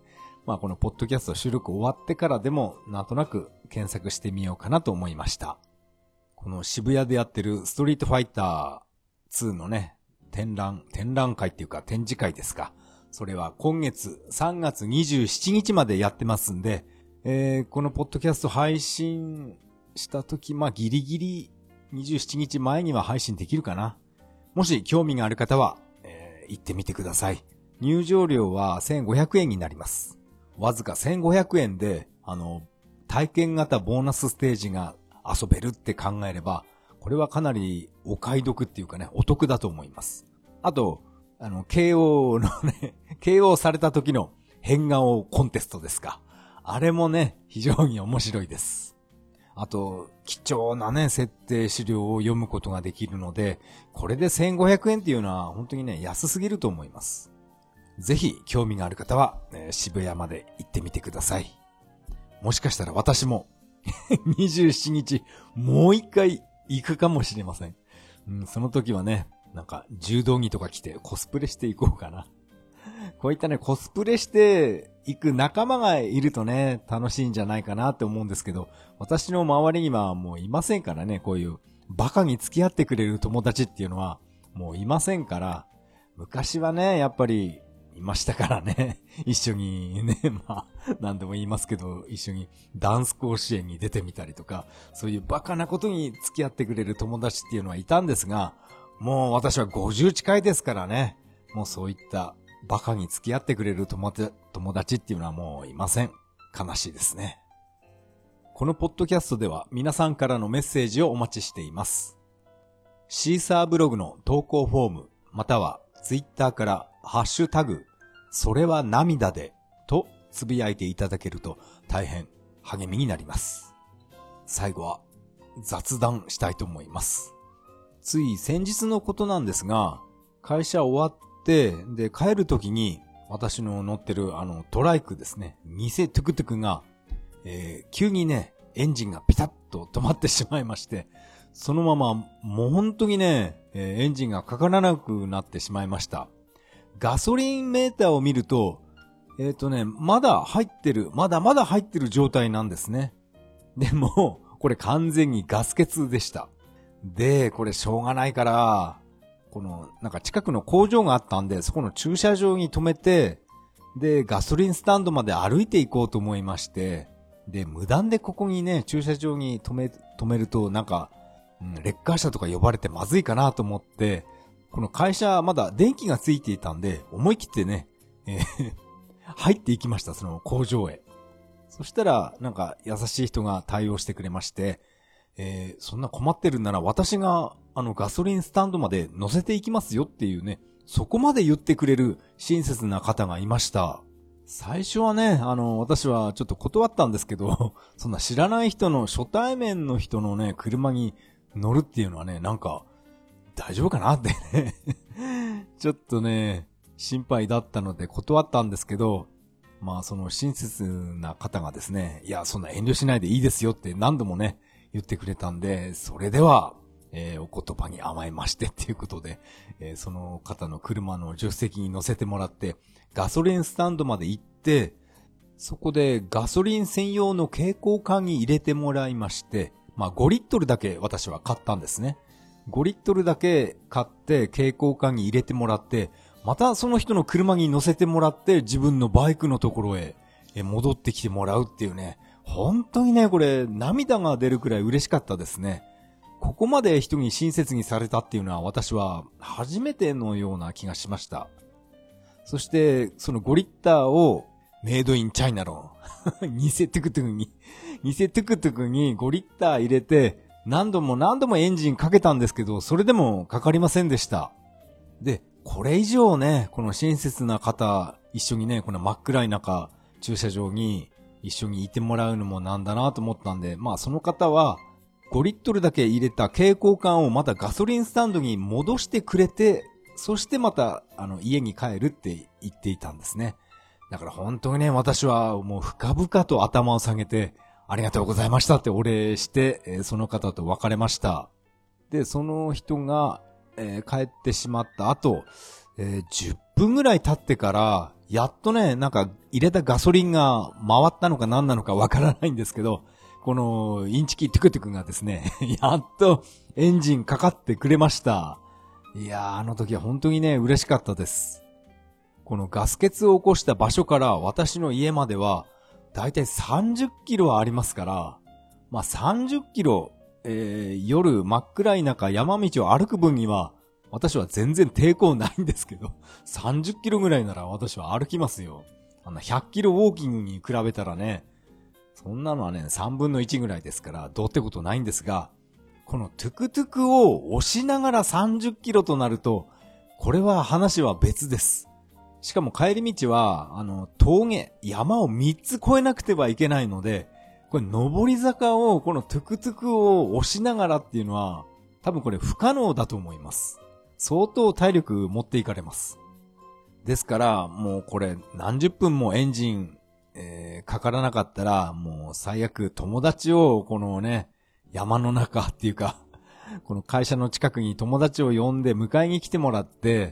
まあこのポッドキャスト収録終わってからでもなんとなく検索してみようかなと思いました。この渋谷でやってるストリートファイターツーのね、展覧、展覧会っていうか展示会ですか。それは今月さんがつにじゅうしちにちまでやってますんで、えー、このポッドキャスト配信した時、まあギリギリにじゅうしちにちまえには配信できるかな。もし興味がある方は、えー、行ってみてください。入場料はせんごひゃくえんになります。わずかせんごひゃくえんで、あの、体験型ボーナスステージが遊べるって考えれば、これはかなりお買い得っていうかね、お得だと思います。あと、あの、ケーオー のね、ケーオー された時の変顔コンテストですか。あれもね、非常に面白いです。あと、貴重なね、設定資料を読むことができるので、これでせんごひゃくえんっていうのは本当にね、安すぎると思います。ぜひ興味がある方は、えー、渋谷まで行ってみてください。もしかしたら私もにじゅうしちにちもう一回行くかもしれません。うん、その時はね、なんか柔道着とか着てコスプレしていこうかな。こういったね、コスプレして行く仲間がいるとね、楽しいんじゃないかなって思うんですけど、私の周りにはもういませんからね、こういうバカに付き合ってくれる友達っていうのはもういませんから、昔はね、やっぱりいましたからね。一緒にね、まあ、何でも言いますけど、一緒にダンス甲子園に出てみたりとか、そういうバカなことに付き合ってくれる友達っていうのはいたんですが、もう私はごじゅう近いですからね。もうそういったバカに付き合ってくれる友達っていうのはもういません。悲しいですね。このポッドキャストでは皆さんからのメッセージをお待ちしています。シーサーブログの投稿フォーム、またはツイッターからハッシュタグ、それは涙でとつぶやいていただけると大変励みになります。最後は雑談したいと思います。つい先日のことなんですが、会社終わって、で帰るときに私の乗ってるあのトライクですね、偽トゥクトゥクが、えー、急にね、エンジンがピタッと止まってしまいまして、そのままもう本当にね、えー、エンジンがかからなくなってしまいました。ガソリンメーターを見ると、えっとね、まだ入ってる、まだまだ入ってる状態なんですね。でも、これ完全にガス欠でした。で、これしょうがないから、この、なんか近くの工場があったんで、そこの駐車場に止めて、で、ガソリンスタンドまで歩いていこうと思いまして、で、無断でここにね、駐車場に止め、止めると、なんか、うん、レッカー車とか呼ばれてまずいかなと思って、この会社まだ電気がついていたんで、思い切ってね、えー、入っていきました、その工場へ。そしたら、なんか優しい人が対応してくれまして、えー、そんな困ってるなら私があのガソリンスタンドまで乗せていきますよっていうね、そこまで言ってくれる親切な方がいました。最初はね、あの、私はちょっと断ったんですけど、そんな知らない人の初対面の人のね、車に乗るっていうのはね、なんか、大丈夫かなってねちょっとね心配だったので断ったんですけど、まあその親切な方がですね、いやそんな遠慮しないでいいですよって何度もね言ってくれたんで、それでは、えー、お言葉に甘えましてっていうことで、えー、その方の車の助手席に乗せてもらってガソリンスタンドまで行って、そこでガソリン専用の携行缶に入れてもらいまして、まあごリットルだけ私は買ったんですね。ごリットルだけ買って携行缶に入れてもらって、またその人の車に乗せてもらって自分のバイクのところへ戻ってきてもらうっていうね、本当にねこれ涙が出るくらい嬉しかったですね。ここまで人に親切にされたっていうのは私は初めてのような気がしました。そしてそのごリッターをメイドインチャイナの偽トゥクトゥクに偽トゥクトゥクにごリッター入れて何度も何度もエンジンかけたんですけど、それでもかかりませんでした。で、これ以上ね、この親切な方、一緒にね、この真っ暗い中、駐車場に一緒にいてもらうのもなんだなと思ったんで、まあその方は、ごリットルだけ入れた携行缶をまたガソリンスタンドに戻してくれて、そしてまた、あの、家に帰るって言っていたんですね。だから本当にね、私はもう深々と頭を下げて、ありがとうございましたってお礼して、えー、その方と別れました。で、その人が、えー、帰ってしまった後、えー、じゅっぷんぐらい経ってから、 やっとね、なんか入れたガソリンが回ったのか何なのかわからないんですけど、このインチキトゥクトゥクがですね、やっとエンジンかかってくれました。いやー、あの時は本当にね、嬉しかったです。このガス欠を起こした場所から私の家までは、だいたいさんじゅっキロはありますから、まあさんじゅっキロ、えー、夜真っ暗い中山道を歩く分には、私は全然抵抗ないんですけど、さんじゅっキロぐらいなら私は歩きますよ。あのひゃっキロウォーキングに比べたらね、そんなのはね、さんぶんのいちぐらいですから、どうってことないんですが、このトゥクトゥクを押しながらさんじゅっキロとなると、これは話は別です。しかも帰り道は、あの、峠、山をみっつ越えなくてはいけないので、これ上り坂を、このトゥクトゥクを押しながらっていうのは、多分これ不可能だと思います。相当体力持っていかれます。ですから、もうこれ何十分もエンジン、えー、かからなかったら、もう最悪友達をこのね、山の中っていうか、この会社の近くに友達を呼んで迎えに来てもらって、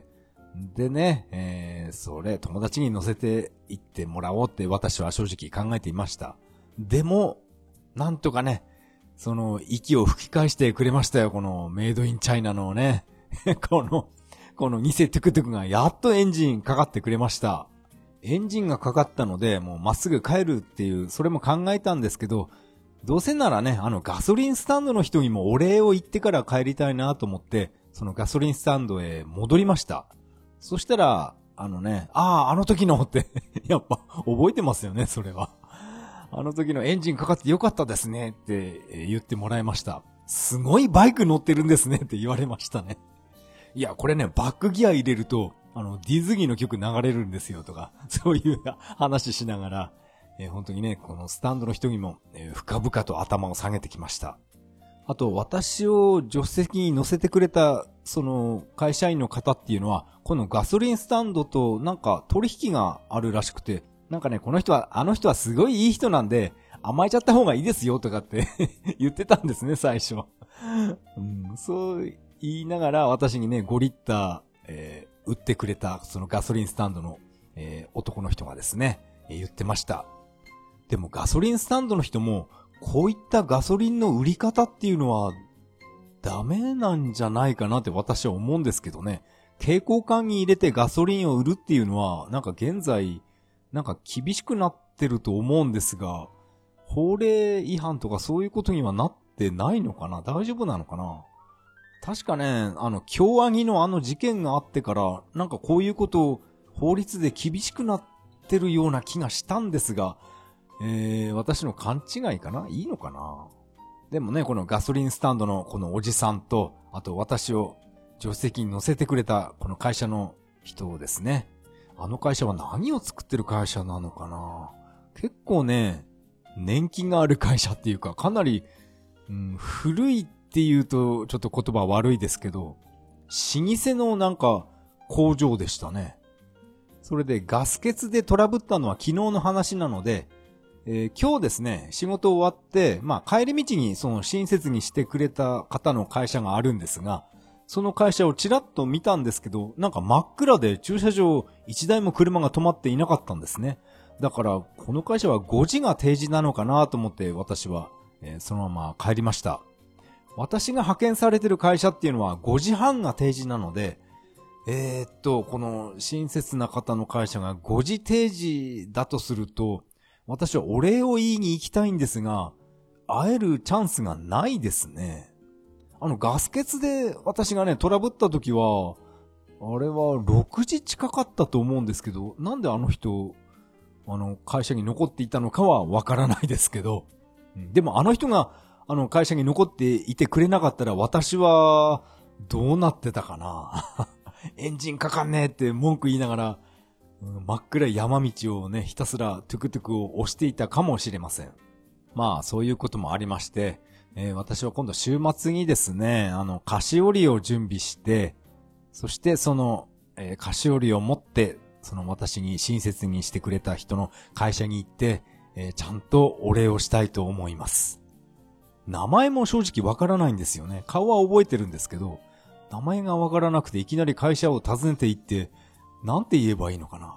でね、えー、それ友達に乗せて行ってもらおうって私は正直考えていました。でも、なんとかね、その息を吹き返してくれましたよ、このメイドインチャイナのね、この、この偽トゥクトゥクがやっとエンジンかかってくれました。エンジンがかかったので、もうまっすぐ帰るっていう、それも考えたんですけど、どうせならね、あのガソリンスタンドの人にもお礼を言ってから帰りたいなと思って、そのガソリンスタンドへ戻りました。そしたら、あのね、ああ、あの時のって、やっぱ覚えてますよね、それは。あの時のエンジンかかってよかったですねって言ってもらいました。すごいバイク乗ってるんですねって言われましたね。いや、これね、バックギア入れると、あの、ディズニーの曲流れるんですよとか、そういう話しながら、えー、本当にね、このスタンドの人にも、えー、深々と頭を下げてきました。あと、私を助手席に乗せてくれた、その、会社員の方っていうのは、このガソリンスタンドとなんか取引があるらしくて、なんかね、この人は、あの人はすごいいい人なんで、甘えちゃった方がいいですよとかって言ってたんですね、最初。うん、そう言いながら、私にね、ごリッター、えー、売ってくれた、そのガソリンスタンドの、えー、男の人がですね、えー、言ってました。でもガソリンスタンドの人も、こういったガソリンの売り方っていうのは、ダメなんじゃないかなって私は思うんですけどね。携行缶に入れてガソリンを売るっていうのは、なんか現在、なんか厳しくなってると思うんですが、法令違反とかそういうことにはなってないのかな？大丈夫なのかな？確かね、あの、京アニのあの事件があってから、なんかこういうことを法律で厳しくなってるような気がしたんですが、えー、私の勘違いかな？いいのかな？でもね、このガソリンスタンドのこのおじさんと、あと私を助手席に乗せてくれたこの会社の人ですね。あの会社は何を作ってる会社なのかな？結構ね、年季がある会社っていうか、かなり、うん、古いっていうとちょっと言葉悪いですけど、老舗のなんか工場でしたね。それでガス欠でトラブったのは昨日の話なので、えー、今日ですね、仕事終わって、まあ帰り道にその親切にしてくれた方の会社があるんですが、その会社をちらっと見たんですけど、なんか真っ暗で駐車場一台も車が止まっていなかったんですね。だからこの会社はごじが定時なのかなと思って私は、えー、そのまま帰りました。私が派遣されてる会社っていうのはごじはんが定時なので、えー、っと、この親切な方の会社がごじ定時だとすると、私はお礼を言いに行きたいんですが、会えるチャンスがないですね。あのガス欠で私がねトラブった時は、あれはろくじ近かったと思うんですけど、なんであの人、あの会社に残っていたのかはわからないですけど、でもあの人があの会社に残っていてくれなかったら私はどうなってたかな。エンジンかかんねえって文句言いながら、真っ暗い山道をね、ひたすらトゥクトゥクを押していたかもしれません。まあ、そういうこともありまして、えー、私は今度週末にですね、あの、菓子折りを準備して、そしてその、えー、菓子折りを持って、その私に親切にしてくれた人の会社に行って、えー、ちゃんとお礼をしたいと思います。名前も正直わからないんですよね。顔は覚えてるんですけど、名前がわからなくていきなり会社を訪ねて行って、なんて言えばいいのかな。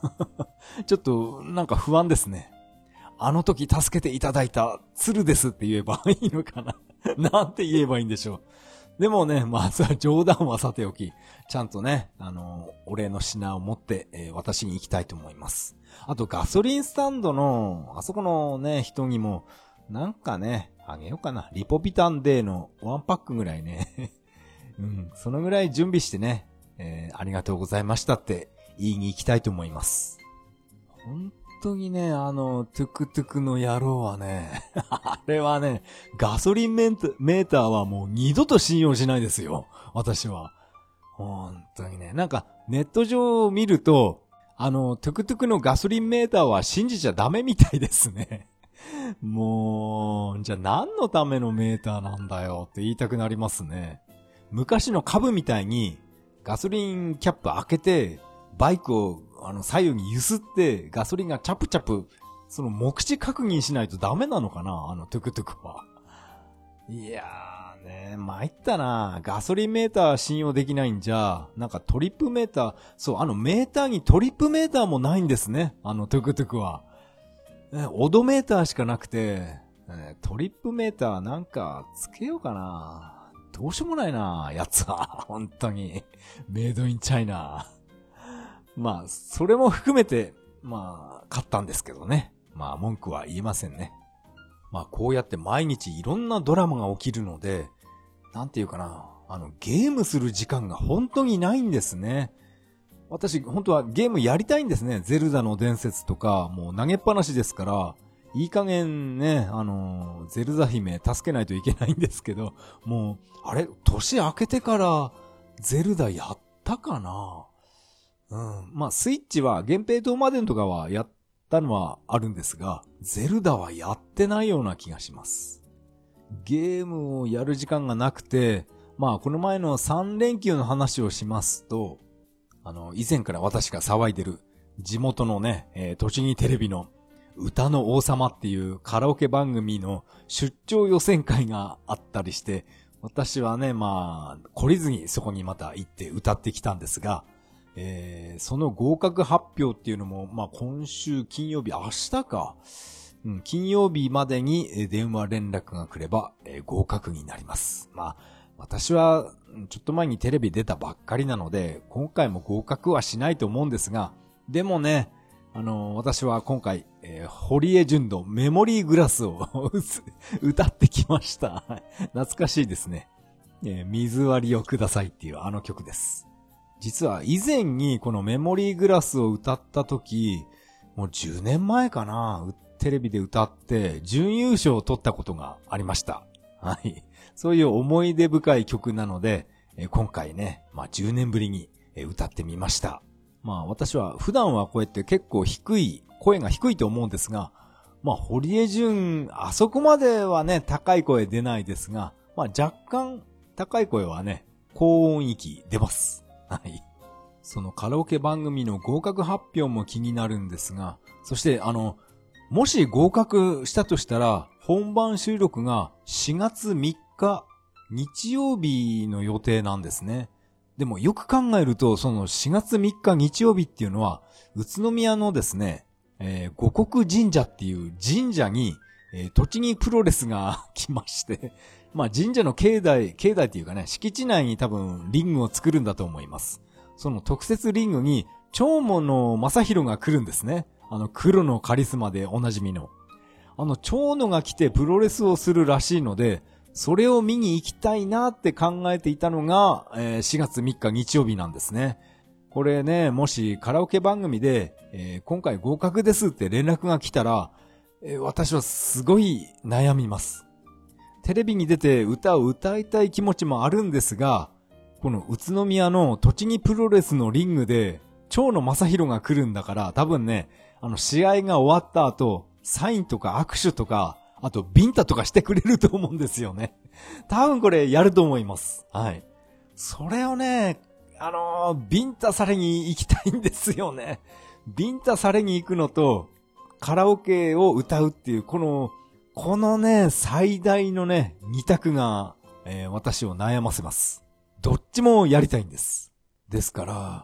ちょっと、なんか不安ですね。あの時助けていただいた鶴ですって言えばいいのかななんて言えばいいんでしょう。でもね、まあ、それは冗談はさておき、ちゃんとね、あの、お礼の品を持って、えー、私に行きたいと思います。あと、ガソリンスタンドの、あそこのね、人にも、なんかね、あげようかな。リポビタンデーのワンパックぐらいね。うん、そのぐらい準備してね、えー、ありがとうございましたって言いに行きたいと思います。本当にね、あの、トゥクトゥクの野郎はね、あれはね、ガソリンメーターはもう二度と信用しないですよ。私は。本当にね、なんかネット上を見ると、あの、トゥクトゥクのガソリンメーターは信じちゃダメみたいですね。もう、じゃあ何のためのメーターなんだよって言いたくなりますね。昔の株みたいにガソリンキャップ開けてバイクをあの左右に揺すってガソリンがチャプチャプその目視確認しないとダメなのかな、あのトゥクトゥクは。いやーね、参ったな。ガソリンメーター信用できないんじゃ、なんかトリップメーター、そう、あのメーターにトリップメーターもないんですね、あのトゥクトゥクは。オドメーターしかなくて、トリップメーターなんかつけようかな。どうしようもないな、やつは。本当に。メイドインチャイナ。まあ、それも含めて、まあ、買ったんですけどね。まあ、文句は言えませんね。まあ、こうやって毎日いろんなドラマが起きるので、なんていうかな、あの、ゲームする時間が本当にないんですね。私、本当はゲームやりたいんですね。ゼルダの伝説とか、もう投げっぱなしですから、いい加減ね、あの、ゼルダ姫助けないといけないんですけど、もう、あれ、年明けてからゼルダやったかな？うん。まあ、スイッチは、源平島までのとかはやったのはあるんですが、ゼルダはやってないような気がします。ゲームをやる時間がなくて、まあ、この前のさん連休の話をしますと、あの、以前から私が騒いでる、地元のね、えー、栃木テレビの歌の王様っていうカラオケ番組の出張予選会があったりして、私はね、まあ、懲りずにそこにまた行って歌ってきたんですが、えー、その合格発表っていうのも、まあ今週金曜日、明日か、うん、金曜日までに電話連絡が来れば、えー、合格になります。まあ、私はちょっと前にテレビ出たばっかりなので、今回も合格はしないと思うんですが、でもね、あのー、私は今回、えー、堀江純のメモリーグラスを歌ってきました。懐かしいですね、えー。水割りをくださいっていうあの曲です。実は以前にこのメモリーグラスを歌った時、もうじゅうねんまえかな、テレビで歌って準優勝を取ったことがありました。はい。そういう思い出深い曲なので、えー、今回ね、まあじゅうねんぶりに歌ってみました。まあ私は普段はこうやって結構低い、声が低いと思うんですが、まあ堀江純、あそこまではね、高い声出ないですが、まあ若干高い声はね、高音域出ます。はい。そのカラオケ番組の合格発表も気になるんですが、そしてあの、もし合格したとしたら、本番収録がしがつみっか日曜日の予定なんですね。でもよく考えると、そのしがつみっか日曜日っていうのは、宇都宮のですね、えー、五穀神社っていう神社に、えー、栃木プロレスが来まして、まあ神社の境内、境内っていうかね、敷地内に多分リングを作るんだと思います。その特設リングに、長野正宏が来るんですね。あの黒のカリスマでおなじみの。あの長野が来てプロレスをするらしいので、それを見に行きたいなって考えていたのが、えー、しがつみっか日曜日なんですね。これね、もしカラオケ番組で、えー、今回合格ですって連絡が来たら、えー、私はすごい悩みます。テレビに出て歌を歌いたい気持ちもあるんですが、この宇都宮の栃木プロレスのリングで長野正宏が来るんだから、多分ね、あの試合が終わった後、サインとか握手とか、あとビンタとかしてくれると思うんですよね。多分これやると思います。はい。それをね、あのー、ビンタされに行きたいんですよね。ビンタされに行くのと、カラオケを歌うっていう、この、このね、最大のね、二択が、えー、私を悩ませます。どっちもやりたいんです。ですから、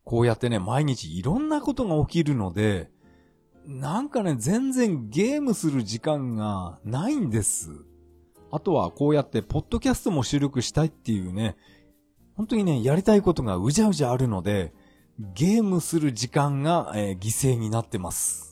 こうやってね、毎日いろんなことが起きるので、なんかね、全然ゲームする時間がないんです。あとはこうやってポッドキャストも収録したいっていうね、本当にね、やりたいことがうじゃうじゃあるので、ゲームする時間が、えー、犠牲になってます。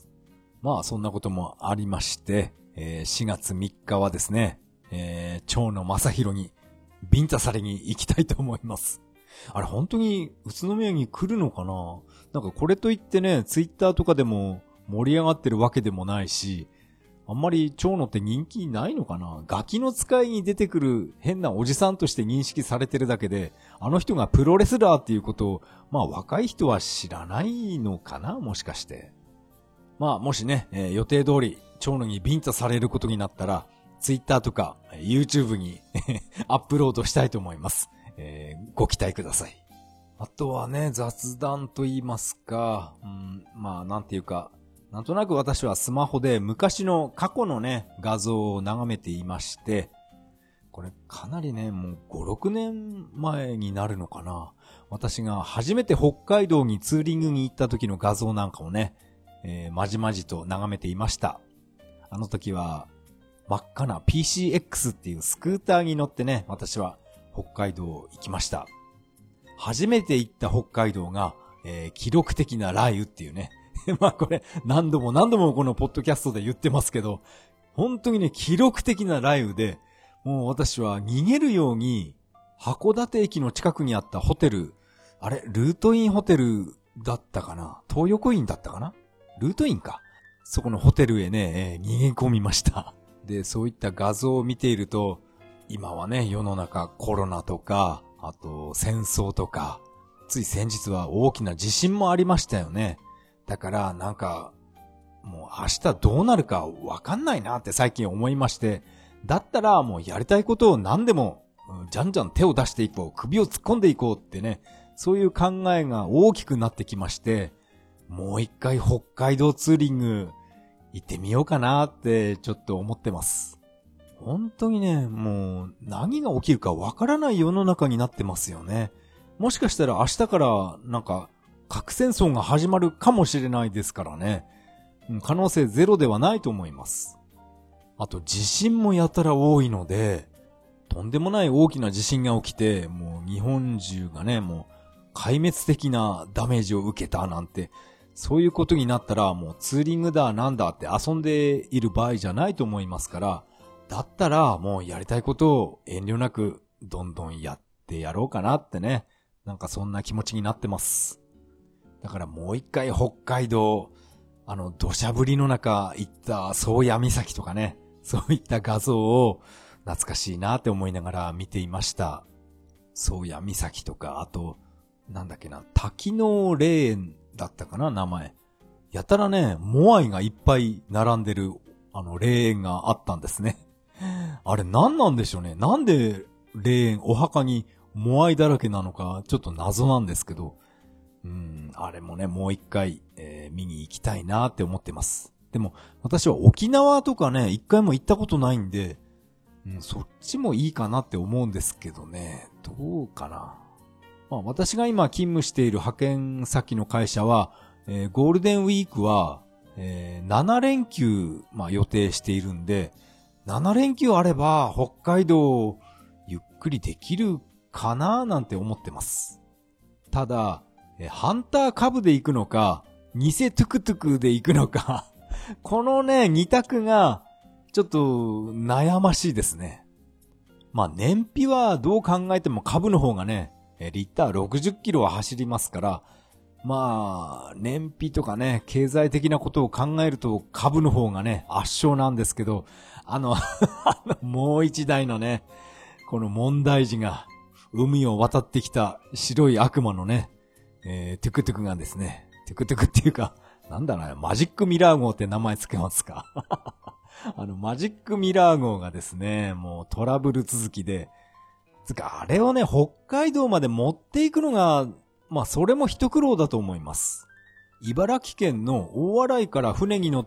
まあそんなこともありまして、えー、しがつみっかはですね、えー、蝶野正宏にビンタされに行きたいと思います。あれ本当に宇都宮に来るのかな？なんかこれといってね、ツイッターとかでも盛り上がってるわけでもないし、あんまり蝶野って人気ないのかな？ガキの使いに出てくる変なおじさんとして認識されてるだけで、あの人がプロレスラーっていうことを、まあ若い人は知らないのかな？もしかして。まあもしね、えー、予定通り蝶野にビンタされることになったら、ツイッターとか YouTube にアップロードしたいと思います。えー、ご期待ください。あとはね、雑談と言いますか、うん、まあなんていうか、なんとなく私はスマホで昔の過去のね、画像を眺めていまして、これかなりね、もうご、ろくねんまえになるのかな。私が初めて北海道にツーリングに行った時の画像なんかをね、えー、まじまじと眺めていました。あの時は真っ赤な ピーシーエックス っていうスクーターに乗ってね、私は北海道行きました。初めて行った北海道が、えー、記録的な雷雨っていうね。まあこれ何度も何度もこのポッドキャストで言ってますけど、本当にね、記録的な雷雨で、もう私は逃げるように函館駅の近くにあったホテル、あれ、ルートインホテルだったかな？東横インだったかな？ルートインか。そこのホテルへね、えー、逃げ込みました。で、そういった画像を見ていると、今はね、世の中コロナとか、あと戦争とか、つい先日は大きな地震もありましたよね。だからなんか、もう明日どうなるかわかんないなって最近思いまして、だったらもうやりたいことを何でも、じゃんじゃん手を出していこう、首を突っ込んでいこうってね、そういう考えが大きくなってきまして、もう一回北海道ツーリング行ってみようかなってちょっと思ってます。本当にね、もう何が起きるかわからない世の中になってますよね。もしかしたら明日からなんか核戦争が始まるかもしれないですからね。可能性ゼロではないと思います。あと地震もやたら多いので、とんでもない大きな地震が起きて、もう日本中がね、もう壊滅的なダメージを受けたなんて、そういうことになったらもうツーリングだなんだって遊んでいる場合じゃないと思いますから、だったらもうやりたいことを遠慮なくどんどんやってやろうかなってね、なんかそんな気持ちになってます。だからもう一回北海道、あの土砂降りの中行った宗谷岬とかね、そういった画像を懐かしいなって思いながら見ていました。宗谷岬とか、あとなんだっけな、滝の霊園だったかな、名前。やたらね、モアイがいっぱい並んでるあの霊園があったんですね。あれ何なんでしょうね。なんで霊園、お墓にモアイだらけなのかちょっと謎なんですけど、うん、あれもね、もう一回、えー、見に行きたいなって思ってます。でも私は沖縄とかね、一回も行ったことないんで、うん、そっちもいいかなって思うんですけどね、どうかな。まあ私が今勤務している派遣先の会社は、えー、ゴールデンウィークは、えー、ななれんきゅう、まあ、予定しているんで、ななれんきゅうあれば北海道ゆっくりできるかななんて思ってます。ただ、えハンター株で行くのか、偽トゥクトゥクで行くのか、このね、二択がちょっと悩ましいですね。まあ燃費はどう考えても株の方がね、リッターろくじゅっキロは走りますから、まあ燃費とかね、経済的なことを考えると株の方がね、圧勝なんですけど、あの、もう一台のね、この問題児が海を渡ってきた白い悪魔のね、えー、トゥクトゥクがですね、トゥクトゥクっていうか、なんだろう、マジックミラー号って名前つけますか。あの、マジックミラー号がですね、もうトラブル続きで、つか、あれをね、北海道まで持っていくのが、まあ、それも一苦労だと思います。茨城県の大洗から船に乗って、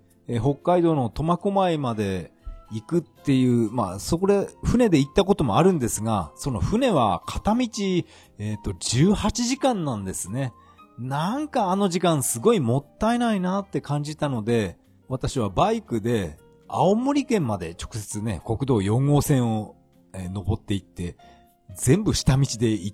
えー、北海道の苫小牧まで行くっていう、まあ、そこで船で行ったこともあるんですが、その船は片道、えっと、じゅうはちじかんなんですね。 なんかあの時間すごいもったいないなって感じたので、私はバイクで青森県まで直接ね、国道よん号線を、えー、登っていって、全部下道で行って、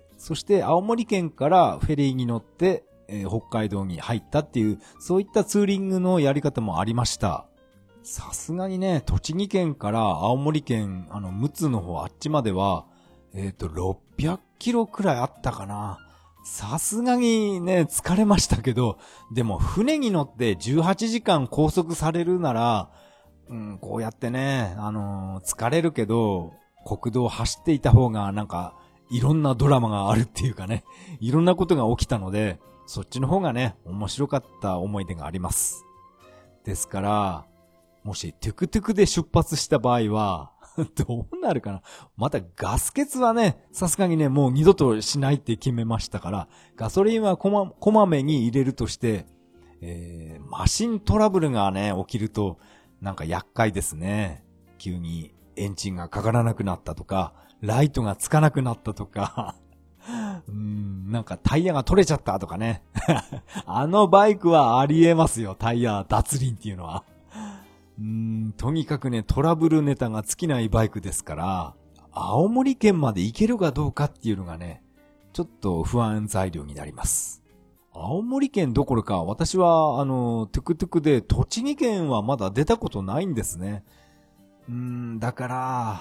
そして青森県からフェリーに乗って、えー、北海道に入ったっていう、そういったツーリングのやり方もありました。さすがにね、栃木県から青森県、あの、陸奥の方、あっちまでは、えっと、ろっぴゃくキロくらいあったかな。さすがにね、疲れましたけど、でも船に乗ってじゅうはちじかん拘束されるなら、うん、こうやってね、あのー、疲れるけど、国道を走っていた方がなんか、いろんなドラマがあるっていうかね、いろんなことが起きたので、そっちの方がね、面白かった思い出があります。ですから、もしトゥクトゥクで出発した場合は、どうなるかな。またガス欠はね、さすがにね、もう二度としないって決めましたから、ガソリンはこま、こまめに入れるとして、えー、マシントラブルがね、起きると、なんか厄介ですね。急にエンジンがかからなくなったとか、ライトがつかなくなったとか、うーん、なんかタイヤが取れちゃったとかね。あのバイクはありえますよ、タイヤ脱輪っていうのは。うーん、とにかくね、トラブルネタが尽きないバイクですから、青森県まで行けるかどうかっていうのがね、ちょっと不安材料になります。青森県どころか、私は、あの、トゥクトゥクで栃木県はまだ出たことないんですね。うーん、だから、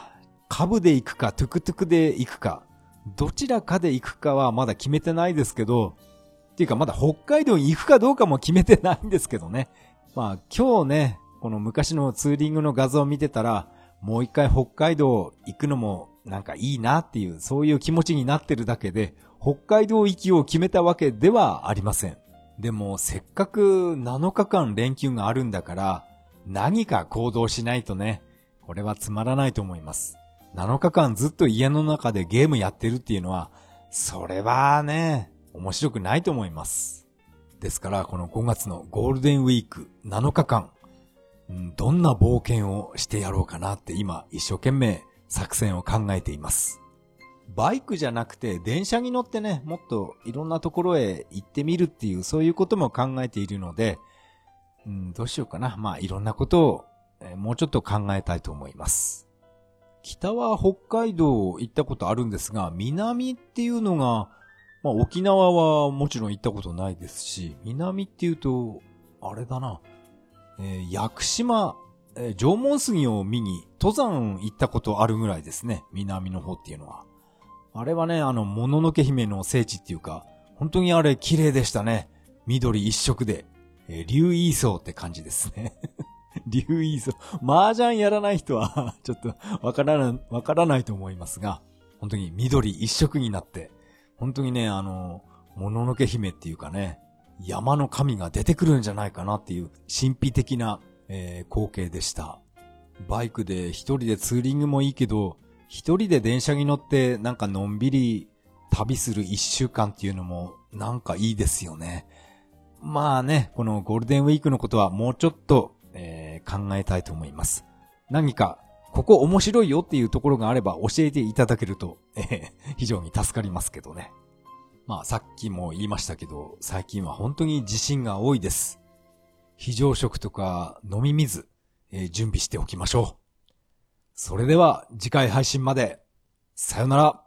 株で行くか、トゥクトゥクで行くか、どちらかで行くかはまだ決めてないですけど、っていうかまだ北海道に行くかどうかも決めてないんですけどね。まあ今日ね、この昔のツーリングの画像を見てたら、もう一回北海道行くのもなんかいいなっていう、そういう気持ちになってるだけで、北海道行きを決めたわけではありません。でもせっかくなのかかん連休があるんだから、何か行動しないとね、これはつまらないと思います。なのかかんずっと家の中でゲームやってるっていうのは、それはね、面白くないと思います。ですからこのごがつのゴールデンウィークなのかかん、どんな冒険をしてやろうかなって今一生懸命作戦を考えています。バイクじゃなくて電車に乗ってね、もっといろんなところへ行ってみるっていうそういうことも考えているので、うん、どうしようかな。まあいろんなことを、えー、もうちょっと考えたいと思います。北は北海道行ったことあるんですが、南っていうのが、まあ沖縄はもちろん行ったことないですし、南っていうと、あれだな。えー、屋久島、えー、縄文杉を見に登山行ったことあるぐらいですね。南の方っていうのは。あれはね、あの、もののけ姫の聖地っていうか、本当にあれ綺麗でしたね。緑一色で、えー、竜イーソーって感じですね。竜イーソー。麻雀やらない人は、ちょっとわからない、わからないと思いますが、本当に緑一色になって、本当にね、あの、もののけ姫っていうかね、山の神が出てくるんじゃないかなっていう神秘的な、えー、光景でした。バイクで一人でツーリングもいいけど、一人で電車に乗ってなんかのんびり旅する一週間っていうのもなんかいいですよね。まあね、このゴールデンウィークのことはもうちょっと、えー、考えたいと思います。何かここ面白いよっていうところがあれば教えていただけると、えー、非常に助かりますけどね。まあさっきも言いましたけど、最近は本当に地震が多いです。非常食とか飲み水、えー、準備しておきましょう。それでは次回配信まで。さよなら。